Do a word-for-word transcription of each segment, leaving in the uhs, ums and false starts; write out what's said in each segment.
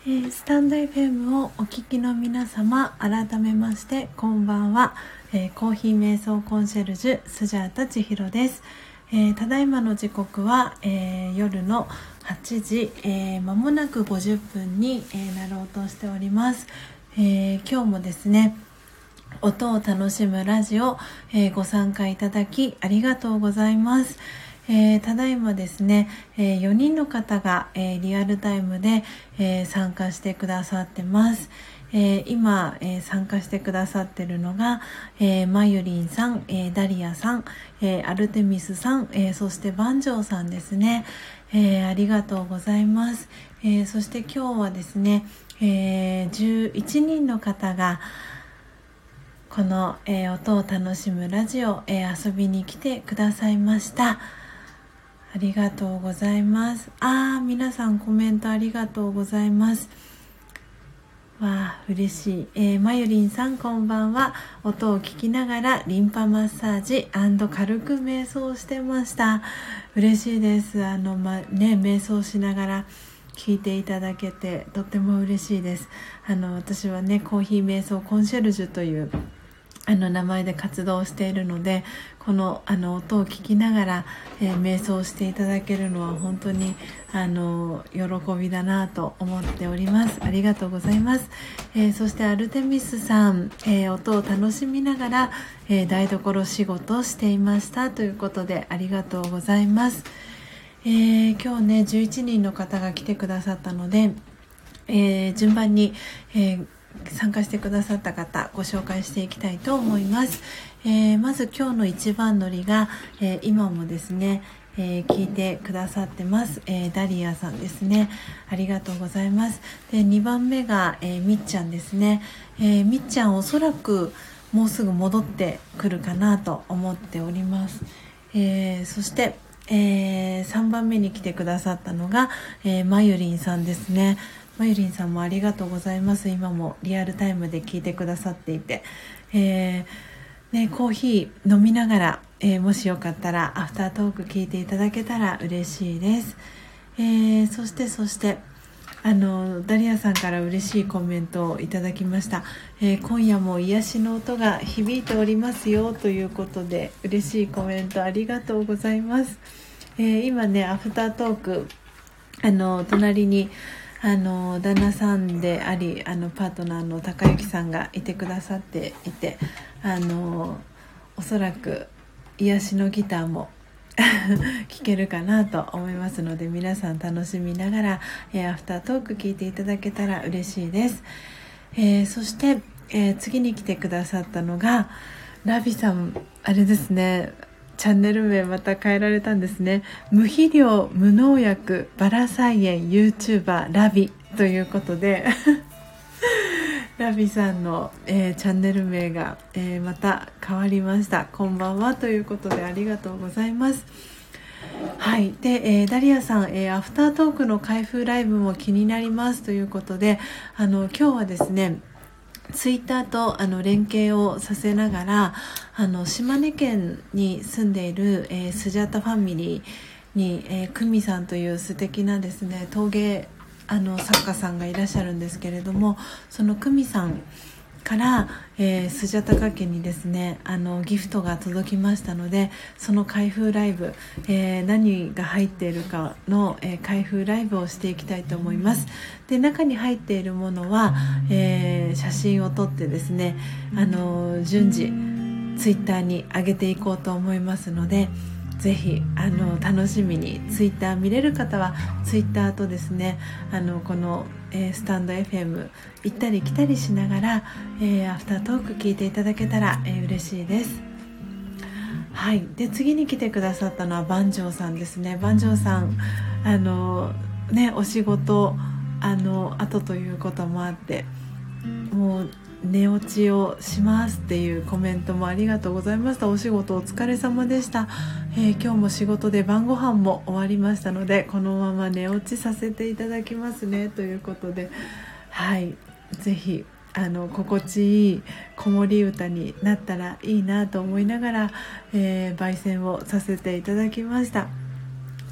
えー、スタンド エフエム をお聞きの皆様、改めましてこんばんは。えー、コーヒー瞑想コンシェルジュスジャータ千尋です。えー、ただいまの時刻は、えー、夜のはちじ、えー、間もなくごじゅっぷんに、えー、なろうとしております。えー、今日もですね、音を楽しむラジオ、えー、ご参加いただきありがとうございます。えー、ただいまですね、えー、よにんの方が、えー、リアルタイムで、えー、参加してくださってます。えー、今、えー、参加してくださってるのが、えー、まゆりんさん、えー、ダリアさん、えー、アルテミスさん、えー、そしてバンジョーさんですね。えー、ありがとうございます。えー、そして今日はですね、えー、じゅういちにんの方がこの、えー、音を楽しむラジオ、えー、遊びに来てくださいました。ありがとうございます。あー、皆さんコメントありがとうございます。わー、嬉しい。えー、まゆりんさんこんばんは。音を聞きながらリンパマッサージ&軽く瞑想してました。嬉しいです。あの、ま、ね、瞑想しながら聞いていただけてとっても嬉しいです。あの、私はね、コーヒー瞑想コンシェルジュというあの名前で活動しているので、このあの音を聞きながら、えー、瞑想していただけるのは本当にあの喜びだなと思っております。ありがとうございます。えー、そしてアルテミスさん、えー、音を楽しみながら、えー、台所仕事をしていましたということでありがとうございます。えー、今日ねじゅういちにんの方が来てくださったので、えー、順番に、えー参加してくださった方ご紹介していきたいと思います。えー、まず今日の一番乗りが、えー、今もですね、えー、聞いてくださってます、えー、ダリアさんですね。ありがとうございます。でにばんめが、えー、みっちゃんですね。えー、みっちゃんおそらくもうすぐ戻ってくるかなと思っております。えー、そしてえー、さんばんめに来てくださったのが、えー、まゆりんさんですね。まゆりんさんもありがとうございます。今もリアルタイムで聞いてくださっていて、えーね、コーヒー飲みながら、えー、もしよかったらアフタートーク聞いていただけたら嬉しいです。えー、そしてそしてあのダリアさんから嬉しいコメントをいただきました。えー、今夜も癒しの音が響いておりますよということで嬉しいコメントありがとうございます。えー、今ねアフタートークあの隣にあの旦那さんでありあのパートナーの高幸さんがいてくださっていて、あのおそらく癒しのギターも聞けるかなと思いますので、皆さん楽しみながら、えー、アフタートーク聞いていただけたら嬉しいです。えー、そして、えー、次に来てくださったのがラビさん、あれですね、チャンネル名また変えられたんですね。無肥料無農薬バラ菜園 YouTuber ラビということでラビさんの、えー、チャンネル名が、えー、また変わりました。こんばんはということでありがとうございます。はい。で、えー、ダリアさん、えー、アフタートークの開封ライブも気になりますということで、あの今日はですねツイッターとあの連携をさせながら、あの島根県に住んでいる、えー、スジャータファミリーに、えー、クミさんという素敵なですね陶芸あの作家さんがいらっしゃるんですけれども、そのクミさんから、えー、スジャタカ家にですねあのギフトが届きましたので、その開封ライブ、えー、何が入っているかの、えー、開封ライブをしていきたいと思います。で中に入っているものは、えー、写真を撮ってですねあの順次ツイッターに上げていこうと思いますので、ぜひあの楽しみにツイッター見れる方はツイッターとですねあのこの、えー、スタンド エフエム 行ったり来たりしながら、えー、アフタートーク聞いていただけたら、えー、嬉しいです。はい。で次に来てくださったのはバンジョーさんですね。バンジョーさんあのねお仕事あの後ということもあってもう寝落ちをしますっていうコメントもありがとうございました。お仕事お疲れ様でした。えー、今日も仕事で晩ご飯も終わりましたのでこのまま寝落ちさせていただきますねということで、はい、ぜひあの心地いい子守歌になったらいいなと思いながら、えー、焙煎をさせていただきました。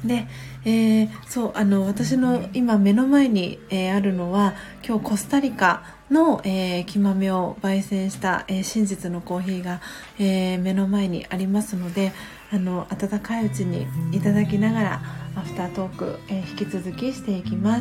で、えー、そうあの私の今目の前に、えー、あるのは今日コスタリカの、えー、木豆を焙煎した、えー、真実のコーヒーが、えー、目の前にありますので、あの温かいうちにいただきながらアフタートーク、えー、引き続きしていきます。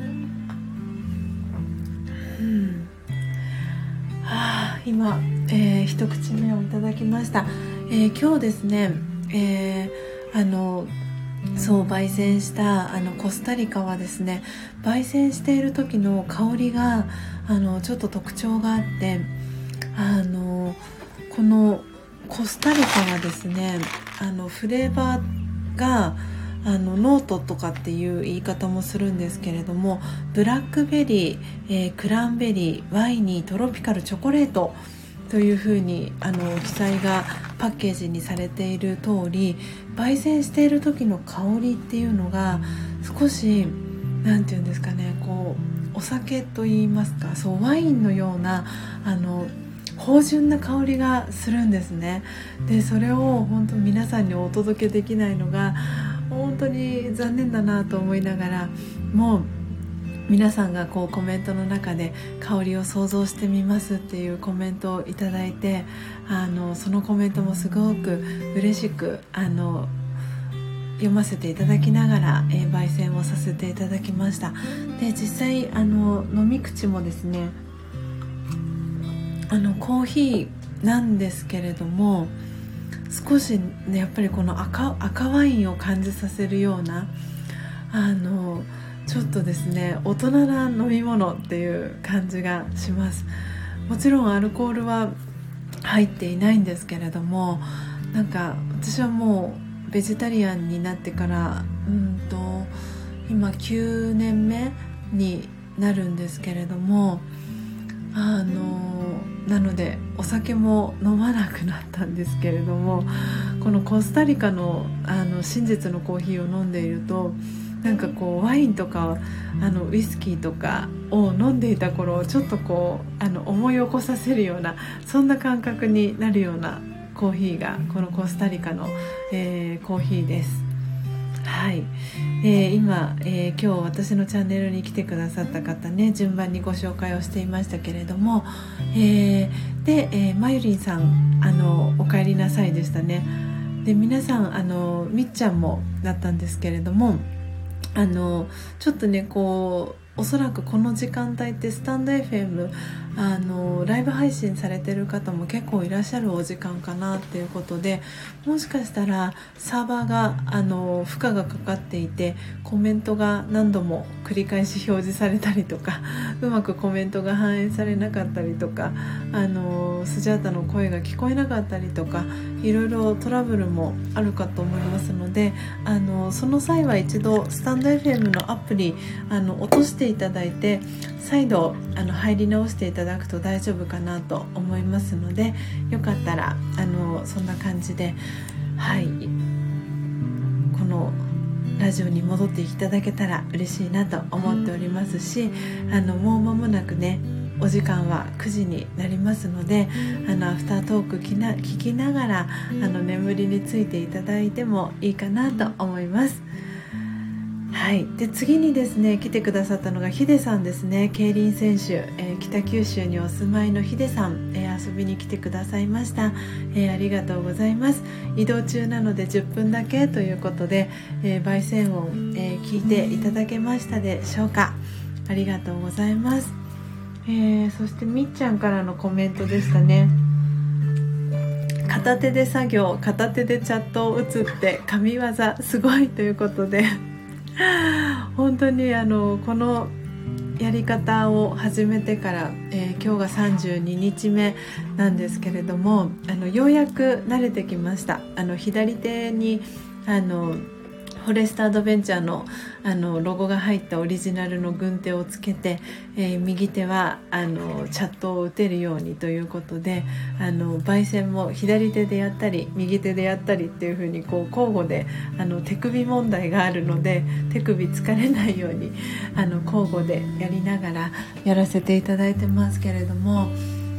うん、はあ、今、えー、一口目をいただきました。えー、今日ですね、えー、あのそう焙煎したあのコスタリカはですね、焙煎している時の香りがあのちょっと特徴があって、あのこのコスタリカはですね、あのフレーバーがあのノートとかっていう言い方もするんですけれども、ブラックベリー、えー、クランベリー、ワイニー、トロピカル、チョコレートというふうにあの記載がパッケージにされている通り、焙煎している時の香りっていうのが少しなんていうんですかね、こうお酒といいますか、そうワインのようなあの芳醇な香りがするんですね。でそれを本当皆さんにお届けできないのが本当に残念だなと思いながら、もう皆さんがこうコメントの中で香りを想像してみますっていうコメントをいただいて、あのそのコメントもすごく嬉しくあの読ませていただきながら、えー、焙煎をさせていただきました。で実際あの飲み口もですね、あのコーヒーなんですけれども、少し、ね、やっぱりこの 赤, 赤ワインを感じさせるようなあのちょっとですね大人な飲み物っていう感じがします。もちろんアルコールは入っていないんですけれども、なんか私はもうベジタリアンになってからうんと今きゅうねんめになるんですけれども、あのなのでお酒も飲まなくなったんですけれども、このコスタリカの、あの真実のコーヒーを飲んでいると、なんかこうワインとかあのウイスキーとかを飲んでいた頃をちょっとこうあの思い起こさせるような、そんな感覚になるようなコーヒーがこのコスタリカの、えー、コーヒーです。はい、えー、今、えー、今日私のチャンネルに来てくださった方ね、順番にご紹介をしていましたけれども、えー、で、えー、まゆりんさんあのお帰りなさいでしたね。で皆さんあのみっちゃんもだったんですけれども、あのちょっとねこうおそらくこの時間帯ってスタンド エフエム あのライブ配信されてる方も結構いらっしゃるお時間かなっていうことで、もしかしたらサーバーがあの負荷がかかっていてコメントが何度も繰り返し表示されたりとか、うまくコメントが反映されなかったりとか、あのスジャータの声が聞こえなかったりとか、いろいろトラブルもあるかと思いますので、あのその際は一度スタンド エフエム のアプリあの落としていただいて再度あの入り直していただくと大丈夫かなと思いますので、よかったらあのそんな感じで、はい、このラジオに戻っていただけたら嬉しいなと思っておりますし、あのもう間もなくねお時間はくじになりますので、あのアフタートーク聞きな、聞きながらあの眠りについていただいてもいいかなと思います。はい、で次にですね来てくださったのがヒデさんですね。競輪選手、えー、北九州にお住まいのヒデさん、えー、遊びに来てくださいました、えー、ありがとうございます。移動中なのでじゅっぷんだけということで、えー、焙煎音、えー、聞いていただけましたでしょうか。ありがとうございます。えー、そしてみっちゃんからのコメントでしたね。片手で作業、片手でチャットを打つって神業すごいということで本当にあのこのやり方を始めてから、えー、今日がさんじゅうににちめなんですけれども、あのようやく慣れてきました。あの左手にあのフォレストアドベンチャー の, あのロゴが入ったオリジナルの軍手をつけて、えー、右手はあのチャットを打てるようにということで、あの焙煎も左手でやったり右手でやったりっていう風にこう交互で、あの手首問題があるので手首疲れないようにあの交互でやりながらやらせていただいてますけれども、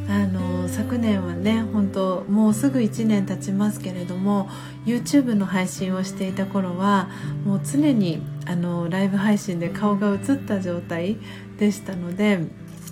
あの昨年はね本当もうすぐいちねん経ちますけれども YouTube の配信をしていた頃はもう常にあのライブ配信で顔が映った状態でしたので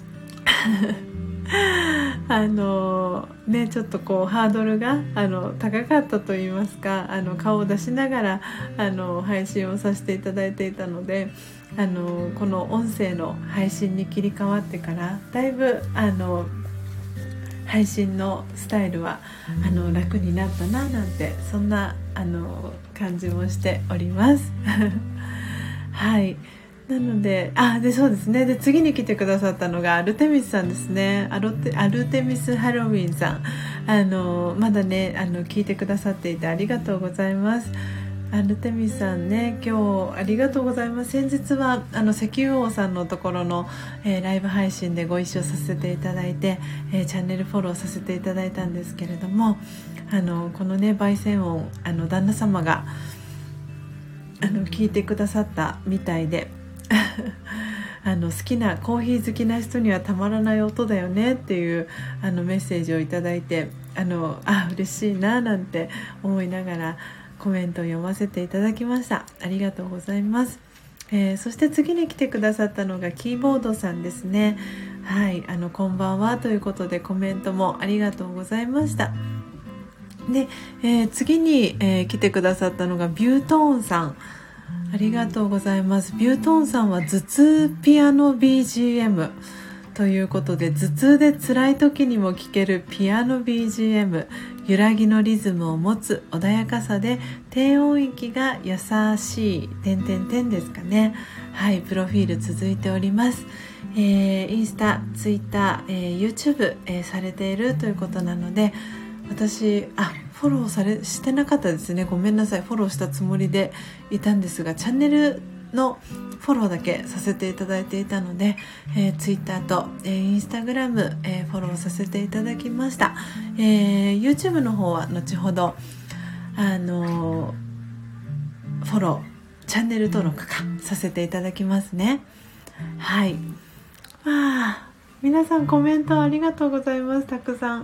あのねちょっとこうハードルがあの高かったといいますか、あの顔を出しながらあの配信をさせていただいていたので、あのこの音声の配信に切り替わってからだいぶあの配信のスタイルはあの楽になったななんて、そんなあの感じもしておりますはい、なので、あ、で、そうですね。で、次に来てくださったのがアルテミスさんですね。アルテ、アルテミスハロウィンさん。あの、まだね、あの、聞いてくださっていてありがとうございます。アルテミスさんね、今日ありがとうございます。先日は、あの、石油王さんのところの、えー、ライブ配信でご一緒させていただいて、えー、チャンネルフォローさせていただいたんですけれども、あの、このね、焙煎音、あの、旦那様が、あの、聞いてくださったみたいで、あの好きなコーヒー好きな人にはたまらない音だよねっていうあのメッセージをいただいて、あのあ嬉しいななんて思いながらコメントを読ませていただきました。ありがとうございます。えー、そして次に来てくださったのがキーボードさんですね。はい、あのこんばんはということでコメントもありがとうございました。で、えー、次に、えー、来てくださったのがビュートーンさん、ありがとうございます。ビュートーンさんは頭痛ピアノ ビージーエム ということで、頭痛で辛い時にも聴けるピアノ ビージーエム、 揺らぎのリズムを持つ穏やかさで低音域が優しい点々点ですかね。はい、プロフィール続いております。えー、インスタ、ツイッター、えー、YouTube、えー、されているということなので、私あフォローされしてなかったですね。ごめんなさい。フォローしたつもりでいたんですが、チャンネルのフォローだけさせていただいていたので、えー、Twitter と、えー、Instagram、えー、フォローさせていただきました。えー、YouTube の方は後ほどあのー、フォローチャンネル登録かさせていただきますね。はい、わあ、皆さんコメントありがとうございます。たくさん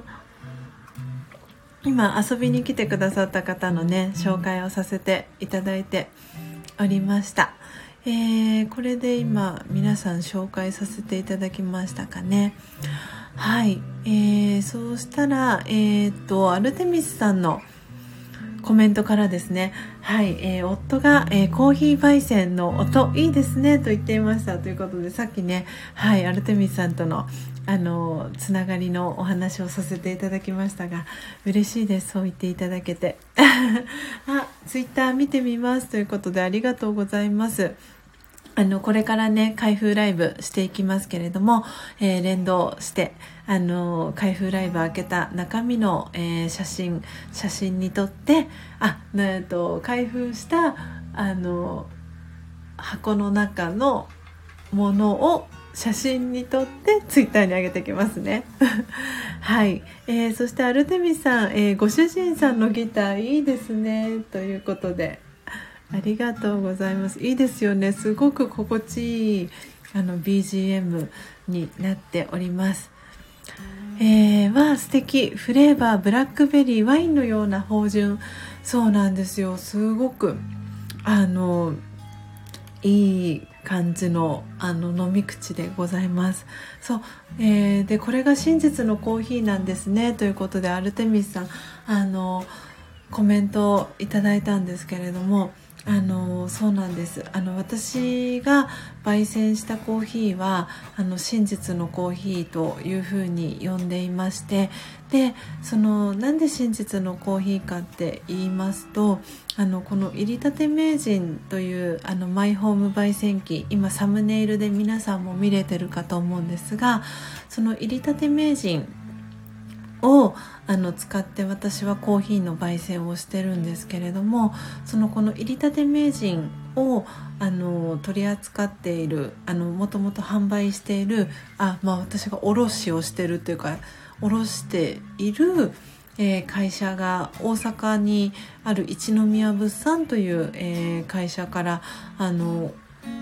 今遊びに来てくださった方のね紹介をさせていただいておりました。えー、これで今皆さん紹介させていただきましたかね。はい、えー、そうしたらえー、っとアルテミスさんのコメントからですね、はい、えー、夫が、えー、コーヒー焙煎の音いいですねと言っていましたということで、さっきね、はい、アルテミスさんとのあのつながりのお話をさせていただきましたが、嬉しいです。そう言っていただけてあ、ツイッター見てみますということでありがとうございます。あのこれからね開封ライブしていきますけれども、えー、連動してあの開封ライブ開けた中身の、えー、写真写真に撮ってあ、えっと開封したあの箱の中のものを写真に撮ってツイッターに上げていきますねはい、えー、そしてアルテミさん、えー、ご主人さんのギターいいですねということでありがとうございます。いいですよね。すごく心地いいあの ビージーエム になっております。えー、わ素敵。フレーバーブラックベリー、ワインのような芳醇。そうなんですよ。すごくあのいい感じのあの飲み口でございます。そう、えー、でこれが真実のコーヒーなんですねということでアルテミスさんあのコメントをいただいたんですけれども、あのそうなんです。あの私が焙煎したコーヒーはあの真実のコーヒーというふうに呼んでいまして、でそのなんで真実のコーヒーかって言いますと、あのこの入りたて名人というあのマイホーム焙煎機、今サムネイルで皆さんも見れてるかと思うんですが、その入りたて名人をあの使って私はコーヒーの焙煎をしてるんですけれども、そのこの入りたて名人をあの取り扱っているあのもともと販売しているあ、まあ、私が卸をしてるというか卸している、えー、会社が大阪にある一宮物産という、えー、会社からあの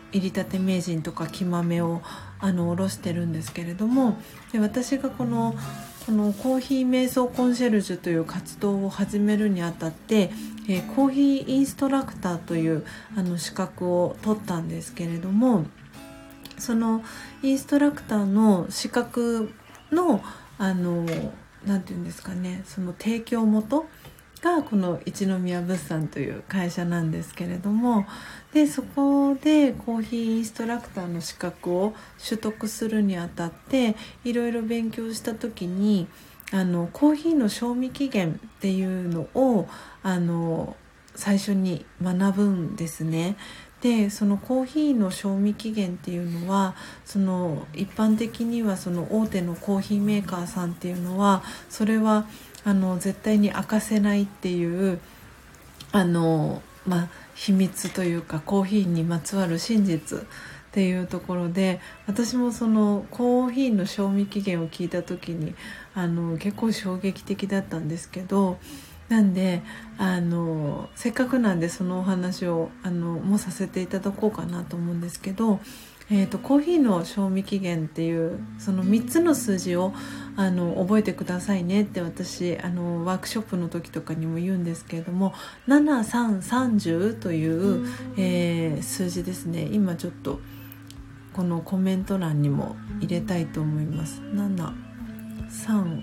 入りたて名人とか木豆をあのおろしてるんですけれども、で私がこのこのコーヒー瞑想コンシェルジュという活動を始めるにあたって、えー、コーヒーインストラクターというあの資格を取ったんですけれども、そのインストラクターの資格のあのなんていうんですかね、その提供元がこの一宮物産という会社なんですけれども、でそこでコーヒーインストラクターの資格を取得するにあたっていろいろ勉強した時に、あのコーヒーの賞味期限っていうのをあの最初に学ぶんですね。でそのコーヒーの賞味期限っていうのは、その一般的にはその大手のコーヒーメーカーさんっていうのはそれはあの絶対に明かせないっていうあの、まあ、秘密というかコーヒーにまつわる真実っていうところで、私もそのコーヒーの賞味期限を聞いた時にあの結構衝撃的だったんですけど、なんであのせっかくなんでそのお話をあのもさせていただこうかなと思うんですけど、えーと、コーヒーの賞味期限っていうそのみっつの数字をあの覚えてくださいねって私あのワークショップの時とかにも言うんですけれども、ななさんさんじゅうという、えー、数字ですね。今ちょっとこのコメント欄にも入れたいと思います。ななさん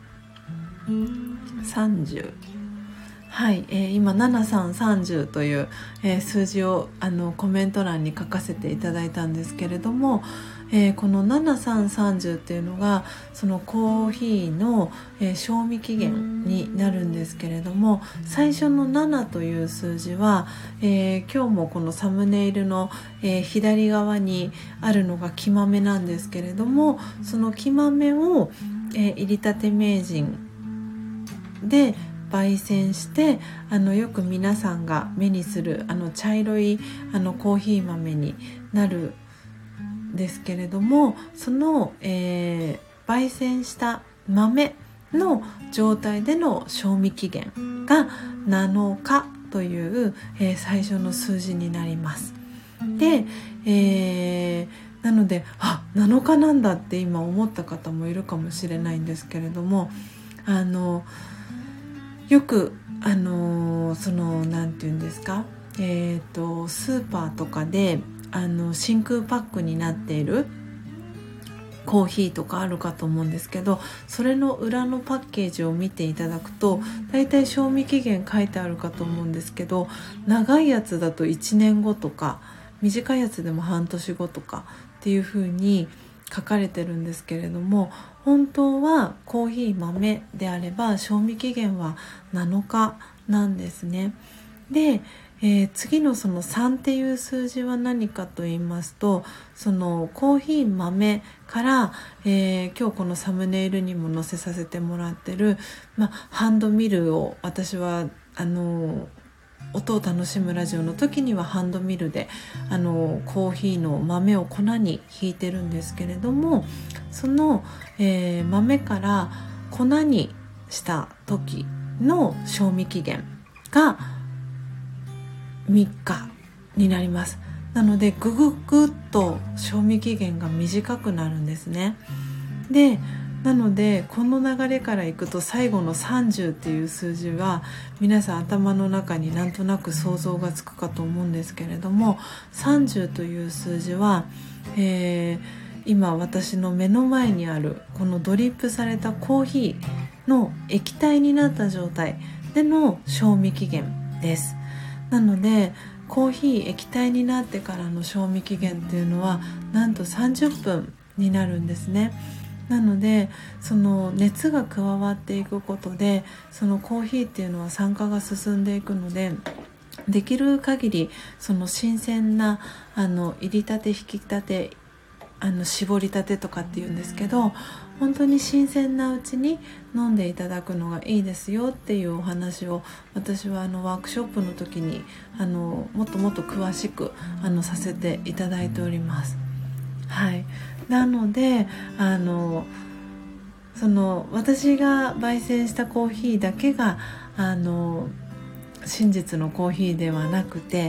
さんじゅう、はい、えー、今ななさんさんじゅうという、えー、数字をあのコメント欄に書かせていただいたんですけれども、えー、このななさんさんじゅうっていうのがそのコーヒーの、えー、賞味期限になるんですけれども、最初のななという数字は、えー、今日もこのサムネイルの、えー、左側にあるのが木豆なんですけれども、その木豆を、えー、入りたて名人で焙煎してあのよく皆さんが目にするあの茶色いあのコーヒー豆になるんですけれども、その、えー、焙煎した豆の状態での賞味期限がなのかという、えー、最初の数字になります。で、えー、なのであなのかなんだって今思った方もいるかもしれないんですけれども、あのよくあのそのなんていうんですか、えーとスーパーとかであの真空パックになっているコーヒーとかあるかと思うんですけど、それの裏のパッケージを見ていただくとだいたい賞味期限書いてあるかと思うんですけど、長いやつだといちねんごとか短いやつでも半年後とかっていう風に書かれてるんですけれども、本当はコーヒー豆であれば賞味期限はなのかなんですね。で、えー、次のそのさんっていう数字は何かと言いますと、そのコーヒー豆から、えー、今日このサムネイルにも載せさせてもらってる、まあ、ハンドミルを私はあの音を楽しむラジオの時にはハンドミルであのコーヒーの豆を粉にひいてるんですけれども、その、えー、豆から粉にした時の賞味期限がみっかになります。なのでぐぐぐっと賞味期限が短くなるんですね。でなのでこの流れからいくと最後のさんじゅうっていう数字は皆さん頭の中になんとなく想像がつくかと思うんですけれども、さんじゅうという数字は、えー、今私の目の前にあるこのドリップされたコーヒーの液体になった状態での賞味期限です。なのでコーヒー液体になってからの賞味期限っていうのはなんとさんじゅっぷんになるんですね。なのでその熱が加わっていくことでそのコーヒーっていうのは酸化が進んでいくので、できる限りその新鮮なあの入りたて引きたてあの絞りたてとかっていうんですけど、本当に新鮮なうちに飲んでいただくのがいいですよっていうお話を私はあのワークショップの時にあのもっともっと詳しくあのさせていただいております。はい、なのであのその私が焙煎したコーヒーだけがあの真実のコーヒーではなくて、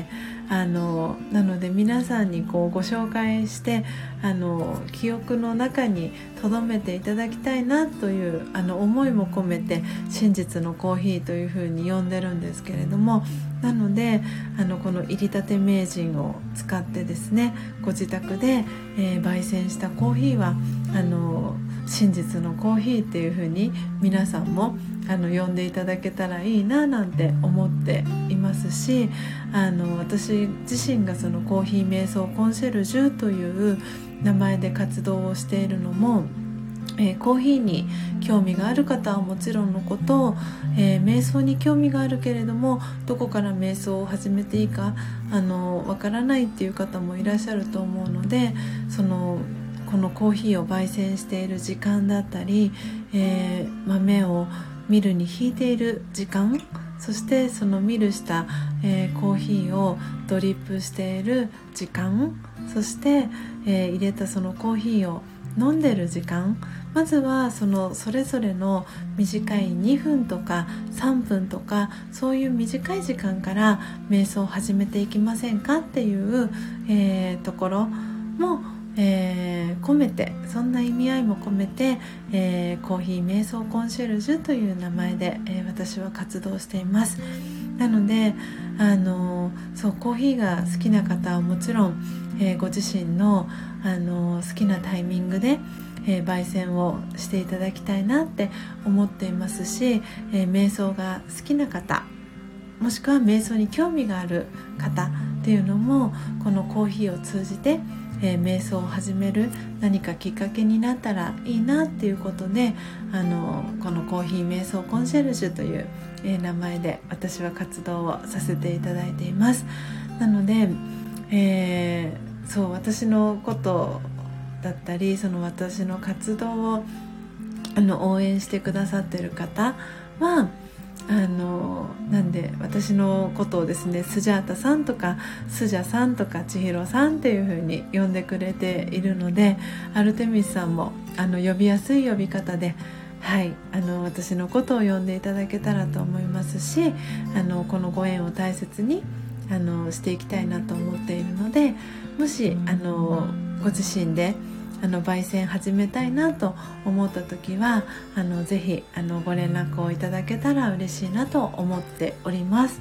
あのなので皆さんにこうご紹介してあの記憶の中に留めていただきたいなというあの思いも込めて真実のコーヒーというふうに呼んでるんですけれども、なのであのこの入りたて名人を使ってですね、ご自宅で、えー、焙煎したコーヒーはあの真実のコーヒーっていうふうに皆さんもあの呼んでいただけたらいいななんて思っていますし、あの私自身がそのコーヒー瞑想コンシェルジュという名前で活動をしているのも、えー、コーヒーに興味がある方はもちろんのこと、えー、瞑想に興味があるけれどもどこから瞑想を始めていいかあのわからないっていう方もいらっしゃると思うので、そのこのコーヒーを焙煎している時間だったり、えー、豆をミルにひいている時間、そしてそのミルした、えー、コーヒーをドリップしている時間、そして、えー、入れたそのコーヒーを飲んでる時間、まずはそのそれぞれの短いにふんとかさんぷんとかそういう短い時間から瞑想を始めていきませんかっていう、えー、ところもえー、込めて、そんな意味合いも込めて、えー、コーヒー瞑想コンシェルジュという名前で、えー、私は活動しています。なのであのそうコーヒーが好きな方はもちろん、えー、ご自身の、あの好きなタイミングで、えー、焙煎をしていただきたいなって思っていますし、えー、瞑想が好きな方もしくは瞑想に興味がある方っていうのもこのコーヒーを通じてえー、瞑想を始める何かきっかけになったらいいなっていうことで、あのこのコーヒー瞑想コンシェルジュという、えー、名前で私は活動をさせていただいています。なので、えー、そう私のことだったりその私の活動をあの応援してくださっている方はあのなんで私のことをですねスジャータさんとかスジャさんとか千尋さんっていう風に呼んでくれているので、アルテミスさんもあの呼びやすい呼び方で、はい、あの私のことを呼んでいただけたらと思いますし、あのこのご縁を大切にあのしていきたいなと思っているので、もしあのご自身であの焙煎始めたいなと思った時はあのぜひあのご連絡をいただけたら嬉しいなと思っております。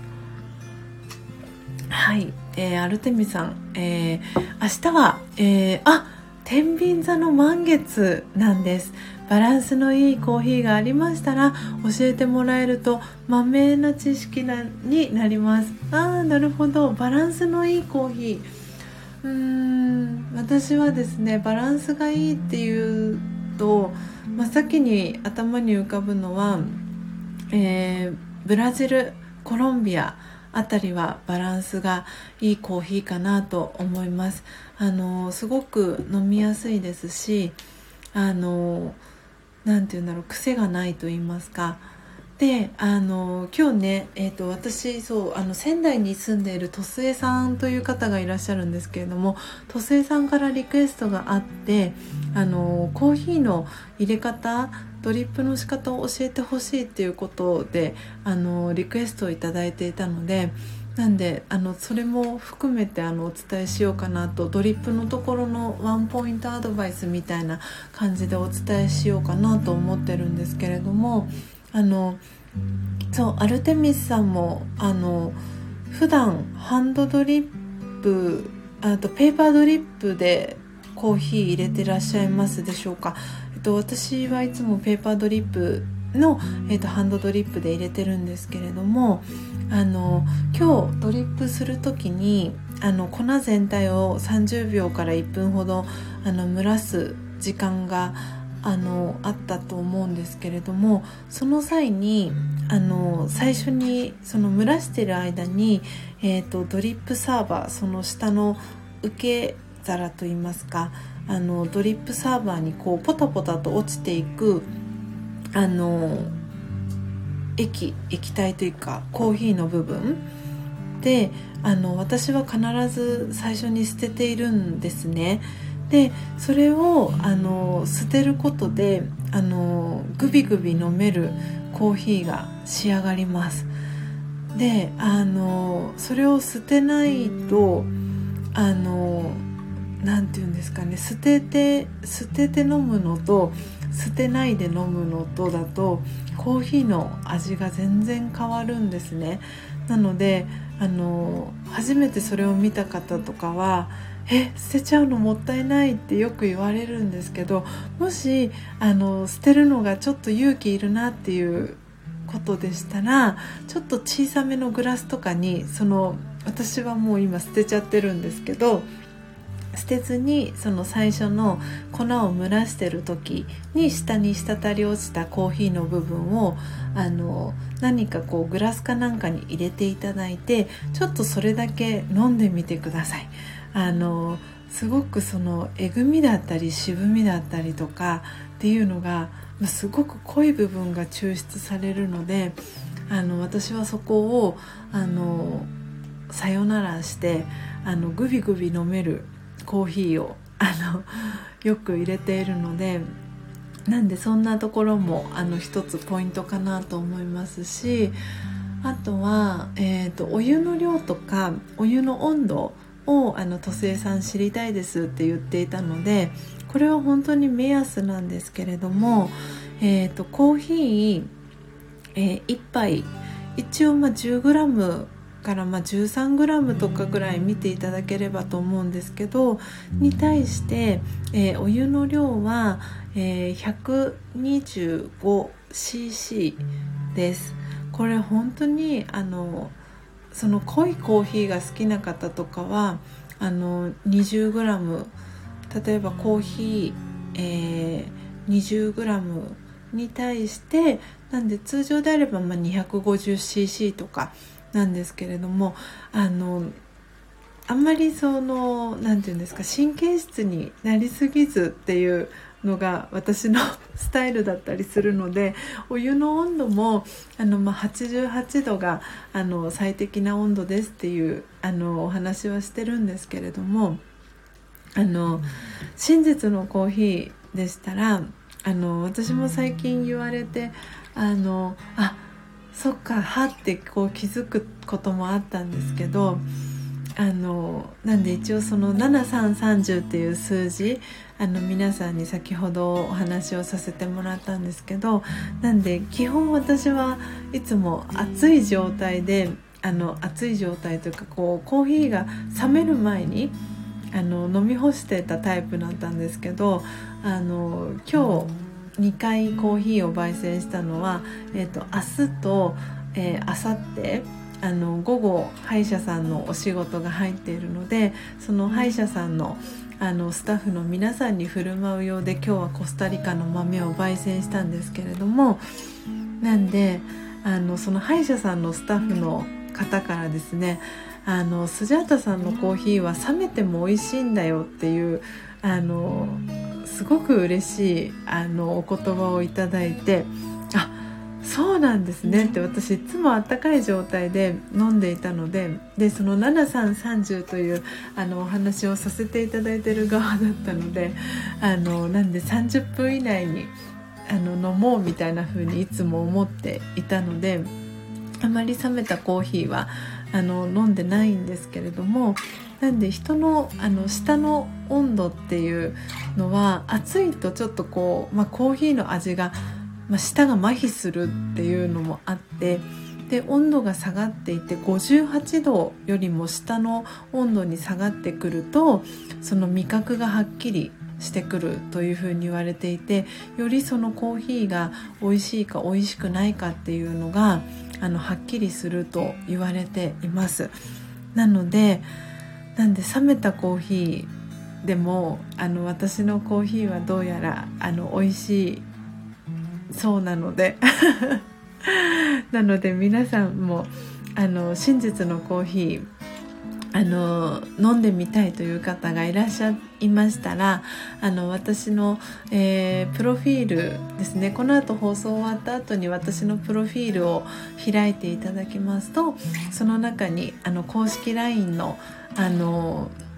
はい、えー、アルテミさん、えー、明日は、えー、あ天秤座の満月なんです。バランスのいいコーヒーがありましたら教えてもらえるとまめな知識なになります。あーなるほど、バランスのいいコーヒー、うーん私はですねバランスがいいっていうと真っ先に頭に浮かぶのは、えー、ブラジル、コロンビアあたりはバランスがいいコーヒーかなと思います。あのすごく飲みやすいですし、あのなんていうんだろう、癖がないと言いますか。であの今日ね、えー、と私そうあの仙台に住んでいるトスエさんという方がいらっしゃるんですけれども、トスエさんからリクエストがあって、あのコーヒーの入れ方、ドリップの仕方を教えてほしいっていうことであのリクエストをいただいていたので、なんであのそれも含めてあのお伝えしようかなと、ドリップのところのワンポイントアドバイスみたいな感じでお伝えしようかなと思ってるんですけれども、あのそうアルテミスさんもあの普段ハンドドリップ、あとペーパードリップでコーヒー入れてらっしゃいますでしょうか。えっと、私はいつもペーパードリップの、えっと、ハンドドリップで入れてるんですけれども、あの今日ドリップするときにあの粉全体をさんじゅうびょうからいっぷんほどあの蒸らす時間があのあったと思うんですけれども、その際にあの最初にその蒸らしている間に、えーと、ドリップサーバー、その下の受け皿といいますか、あのドリップサーバーにこうポタポタと落ちていくあの液液体というかコーヒーの部分で、あの私は必ず最初に捨てているんですね。でそれをあの捨てることであのグビグビ飲めるコーヒーが仕上がります。 であのそれを捨てないとあのなんていうんですかね、捨てて捨てて飲むのと捨てないで飲むのとだとコーヒーの味が全然変わるんですね。なのであの初めてそれを見た方とかはえ捨てちゃうのもったいないってよく言われるんですけど、もしあの捨てるのがちょっと勇気いるなっていうことでしたら、ちょっと小さめのグラスとかに、その私はもう今捨てちゃってるんですけど、捨てずにその最初の粉を蒸らしてる時に下に滴り落ちたコーヒーの部分をあの何かこうグラスかなんかに入れていただいて、ちょっとそれだけ飲んでみてください。あのすごくそのえぐみだったり渋みだったりとかっていうのがすごく濃い部分が抽出されるので、あの私はそこをあのさよならしてあのグビグビ飲めるコーヒーをあのよく入れているので、なんでそんなところもあの一つポイントかなと思いますし、あとは、えーと、お湯の量とかお湯の温度をあの土星さん知りたいですって言っていたので、これは本当に目安なんですけれども、えーと、コーヒー、えー、いっぱい一応まあ じゅうグラムからまあ じゅうさんグラム とかぐらい見ていただければと思うんですけど、に対して、えー、お湯の量は、えー、ひゃくにじゅうごシーシー です。これ本当にあのその濃いコーヒーが好きな方とかはあの にじゅうグラム、 例えばコーヒー、えー、にじゅうグラム に対してなんで通常であればまあ にひゃくごじゅうシーシー とかなんですけれども、あのあんまりそのなんていうんですか、神経質になりすぎずっていうのが私のスタイルだったりするので、お湯の温度もあの、まあ、はちじゅうはちどがあの最適な温度ですっていうあのお話はしてるんですけれども、あの真実のコーヒーでしたらあの私も最近言われてあのあそっかはってこう気づくこともあったんですけど、あのなんで一応そのななさんさんじゅうっていう数字あの皆さんに先ほどお話をさせてもらったんですけど、なんで基本私はいつも熱い状態であの熱い状態というかこうコーヒーが冷める前にあの飲み干してたタイプだったんですけど、あの今日にかいコーヒーを焙煎したのは、えーと、明日と、えー、明後日あの午後歯医者さんのお仕事が入っているので、その歯医者さんの、あのスタッフの皆さんに振る舞うようで今日はコスタリカの豆を焙煎したんですけれども、なんであのその歯医者さんのスタッフの方からですね、あのスジャータさんのコーヒーは冷めても美味しいんだよっていうあのすごく嬉しいあのお言葉をいただいて、あ、そうなんですねって私いつもあったかい状態で飲んでいたので、でそのななさんさんじゅうというあのお話をさせていただいている側だったので、あのなんでさんじゅっぷん以内にあの飲もうみたいな風にいつも思っていたので、あまり冷めたコーヒーはあの飲んでないんですけれども、なんで人のあの舌の温度っていうのは暑いとちょっとこう、まあ、コーヒーの味が、まあ、舌が麻痺するっていうのもあって、で温度が下がっていてごじゅうはちどよりも下の温度に下がってくるとその味覚がはっきりしてくるというふうに言われていて、よりそのコーヒーが美味しいか美味しくないかっていうのがあのはっきりすると言われています。なのでなんで冷めたコーヒーでもあの私のコーヒーはどうやらあの美味しいそうなのでなので皆さんもあの真実のコーヒーあの飲んでみたいという方がいらっしゃいましたら、あの私の、えー、プロフィールですね、この後放送終わった後に私のプロフィールを開いていただきますと、その中にあの公式 ライン のあの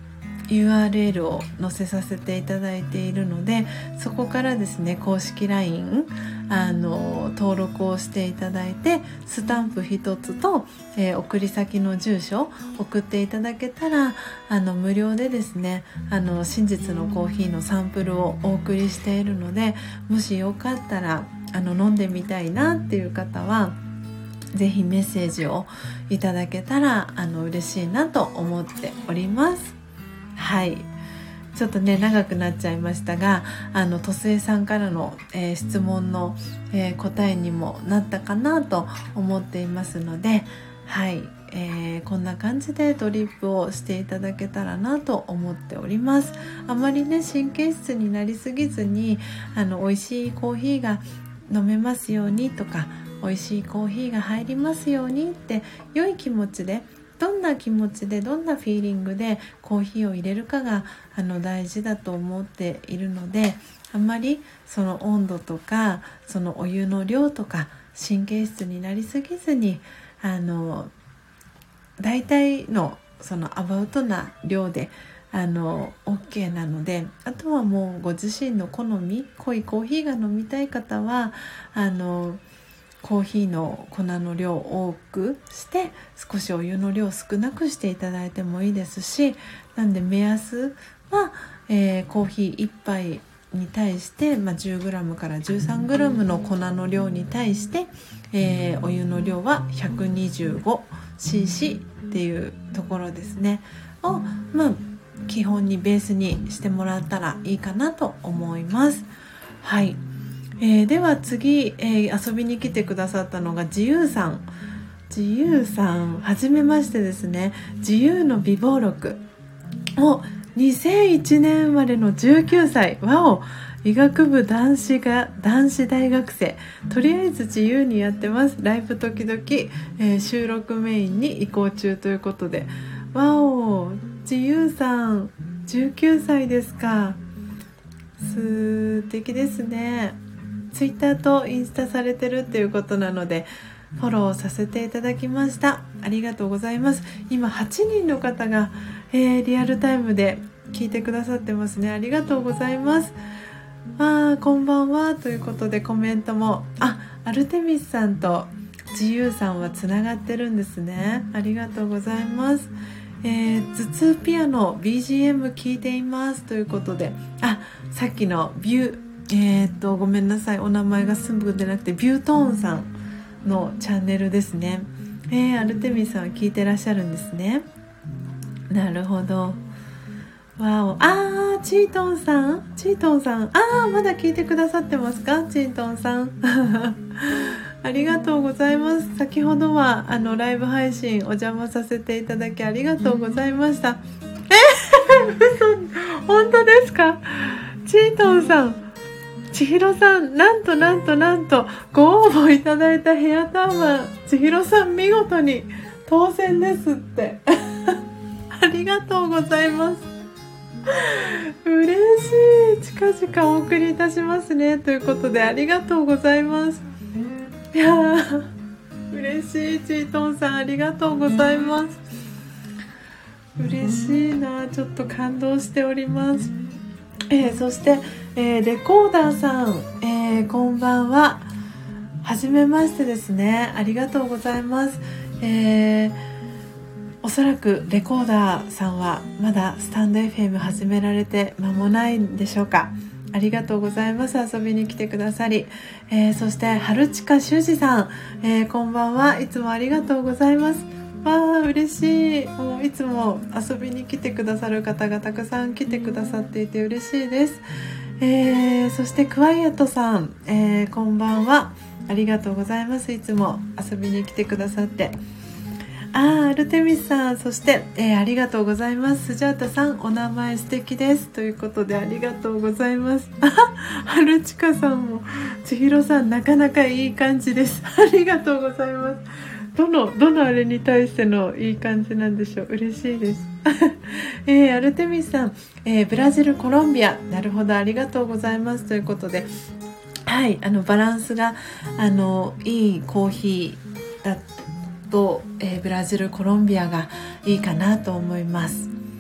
ユーアールエル を載せさせていただいているので、そこからですね公式 ライン あの登録をしていただいて、スタンプ一つと、えー、送り先の住所送っていただけたら、あの無料でですねあの真実のコーヒーのサンプルをお送りしているので、もしよかったらあの飲んでみたいなっていう方はぜひメッセージをいただけたらあの嬉しいなと思っております。はい、ちょっとね長くなっちゃいましたが、あのとすえさんからの、えー、質問の、えー、答えにもなったかなと思っていますので、はい、えー、こんな感じでドリップをしていただけたらなと思っております。あまりね神経質になりすぎずに、あの美味しいコーヒーが飲めますようにとか、美味しいコーヒーが入りますようにって良い気持ちで、どんな気持ちでどんなフィーリングでコーヒーを入れるかがあの大事だと思っているので、あんまりその温度とかそのお湯の量とか神経質になりすぎずに、あの大体のそのアバウトな量であの OK なので、あとはもうご自身の好み、濃いコーヒーが飲みたい方はあのコーヒーの粉の量を多くして、少しお湯の量を少なくしていただいてもいいですし、なんで目安は、えー、コーヒーいっぱいに対して、まあ、じゅうグラム から じゅうさんグラム の粉の量に対して、えー、お湯の量は ひゃくにじゅうごシーシー っていうところですねを、まあ、基本にベースにしてもらったらいいかなと思います。はい、えー、では次、えー、遊びに来てくださったのが自由さん。自由さん、はじめましてですね。自由の美貌録をにせんいちねん生まれのじゅうきゅうさい、わお、医学部男子が男子大学生、とりあえず自由にやってます。ライブ時々、えー、収録メインに移行中ということで、わお、自由さんじゅうきゅうさいですか。素敵ですね。ツイッターとインスタされてるっていうことなのでフォローさせていただきました。ありがとうございます。今はちにんの方が、えー、リアルタイムで聞いてくださってますね。ありがとうございます。あー、こんばんはということでコメントも、あ、アルテミスさんと自由さんはつながってるんですね。ありがとうございます。えー、頭痛ピアノ ビージーエム 聞いていますということで、あ、さっきのビューえー、っとごめんなさい、お名前がすぐ出なくて、ビュートーンさんのチャンネルですね。えー、アルテミさんは聞いてらっしゃるんですね。なるほど。わお、あー、チートンさんチートンさん、あー、まだ聞いてくださってますか、チートンさんありがとうございます。先ほどはあのライブ配信お邪魔させていただきありがとうございました。えー、嘘、本当ですか。チートンさん、千尋さん、なんとなんとなんとご応募いただいたヘアターバン、千尋さん見事に当選ですってありがとうございます。嬉しい。近々お送りいたしますねということで、ありがとうございます。いやー、嬉しい。チートンさん、ありがとうございます。嬉しいな、ちょっと感動しております。えー、そして、えー、レコーダーさん、えー、こんばんは。はじめましてですね。ありがとうございます。えー、おそらくレコーダーさんはまだスタンド エフエム 始められて間もないんでしょうか。ありがとうございます。遊びに来てくださり、えー、そして春近修二さん、えー、こんばんは。いつもありがとうございます。わあ、嬉しい。もういつも遊びに来てくださる方がたくさん来てくださっていて嬉しいです。えー、そしてクワイエットさん、えー、こんばんは。ありがとうございます。いつも遊びに来てくださって。あー、アルテミスさん、そして、えー、ありがとうございます。スジャータさん、お名前素敵ですということで、ありがとうございます。ハルチカさんも、千尋さん、なかなかいい感じです。ありがとうございます。どのどのあれに対してのいい感じなんでしょう。嬉しいです。えー、アルテミスさん、えー、ブラジルコロンビア、なるほど、ありがとうございますということで、はい、あのバランスがあのいいコーヒーだと、えー、ブラジルコロンビアがいいかなと思います。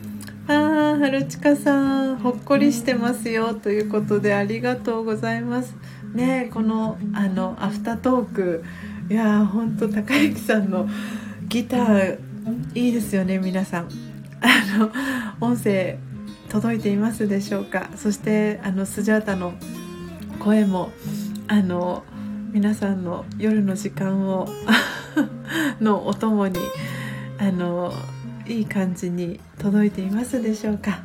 あ、はるちかさんほっこりしてますよということでありがとうございますね。このあのアフタートーク、いや本当高之さんのギターいいですよね。皆さんあの音声届いていますでしょうか。そしてあのスジャータの声もあの皆さんの夜の時間をのお供にあのいい感じに届いていますでしょうか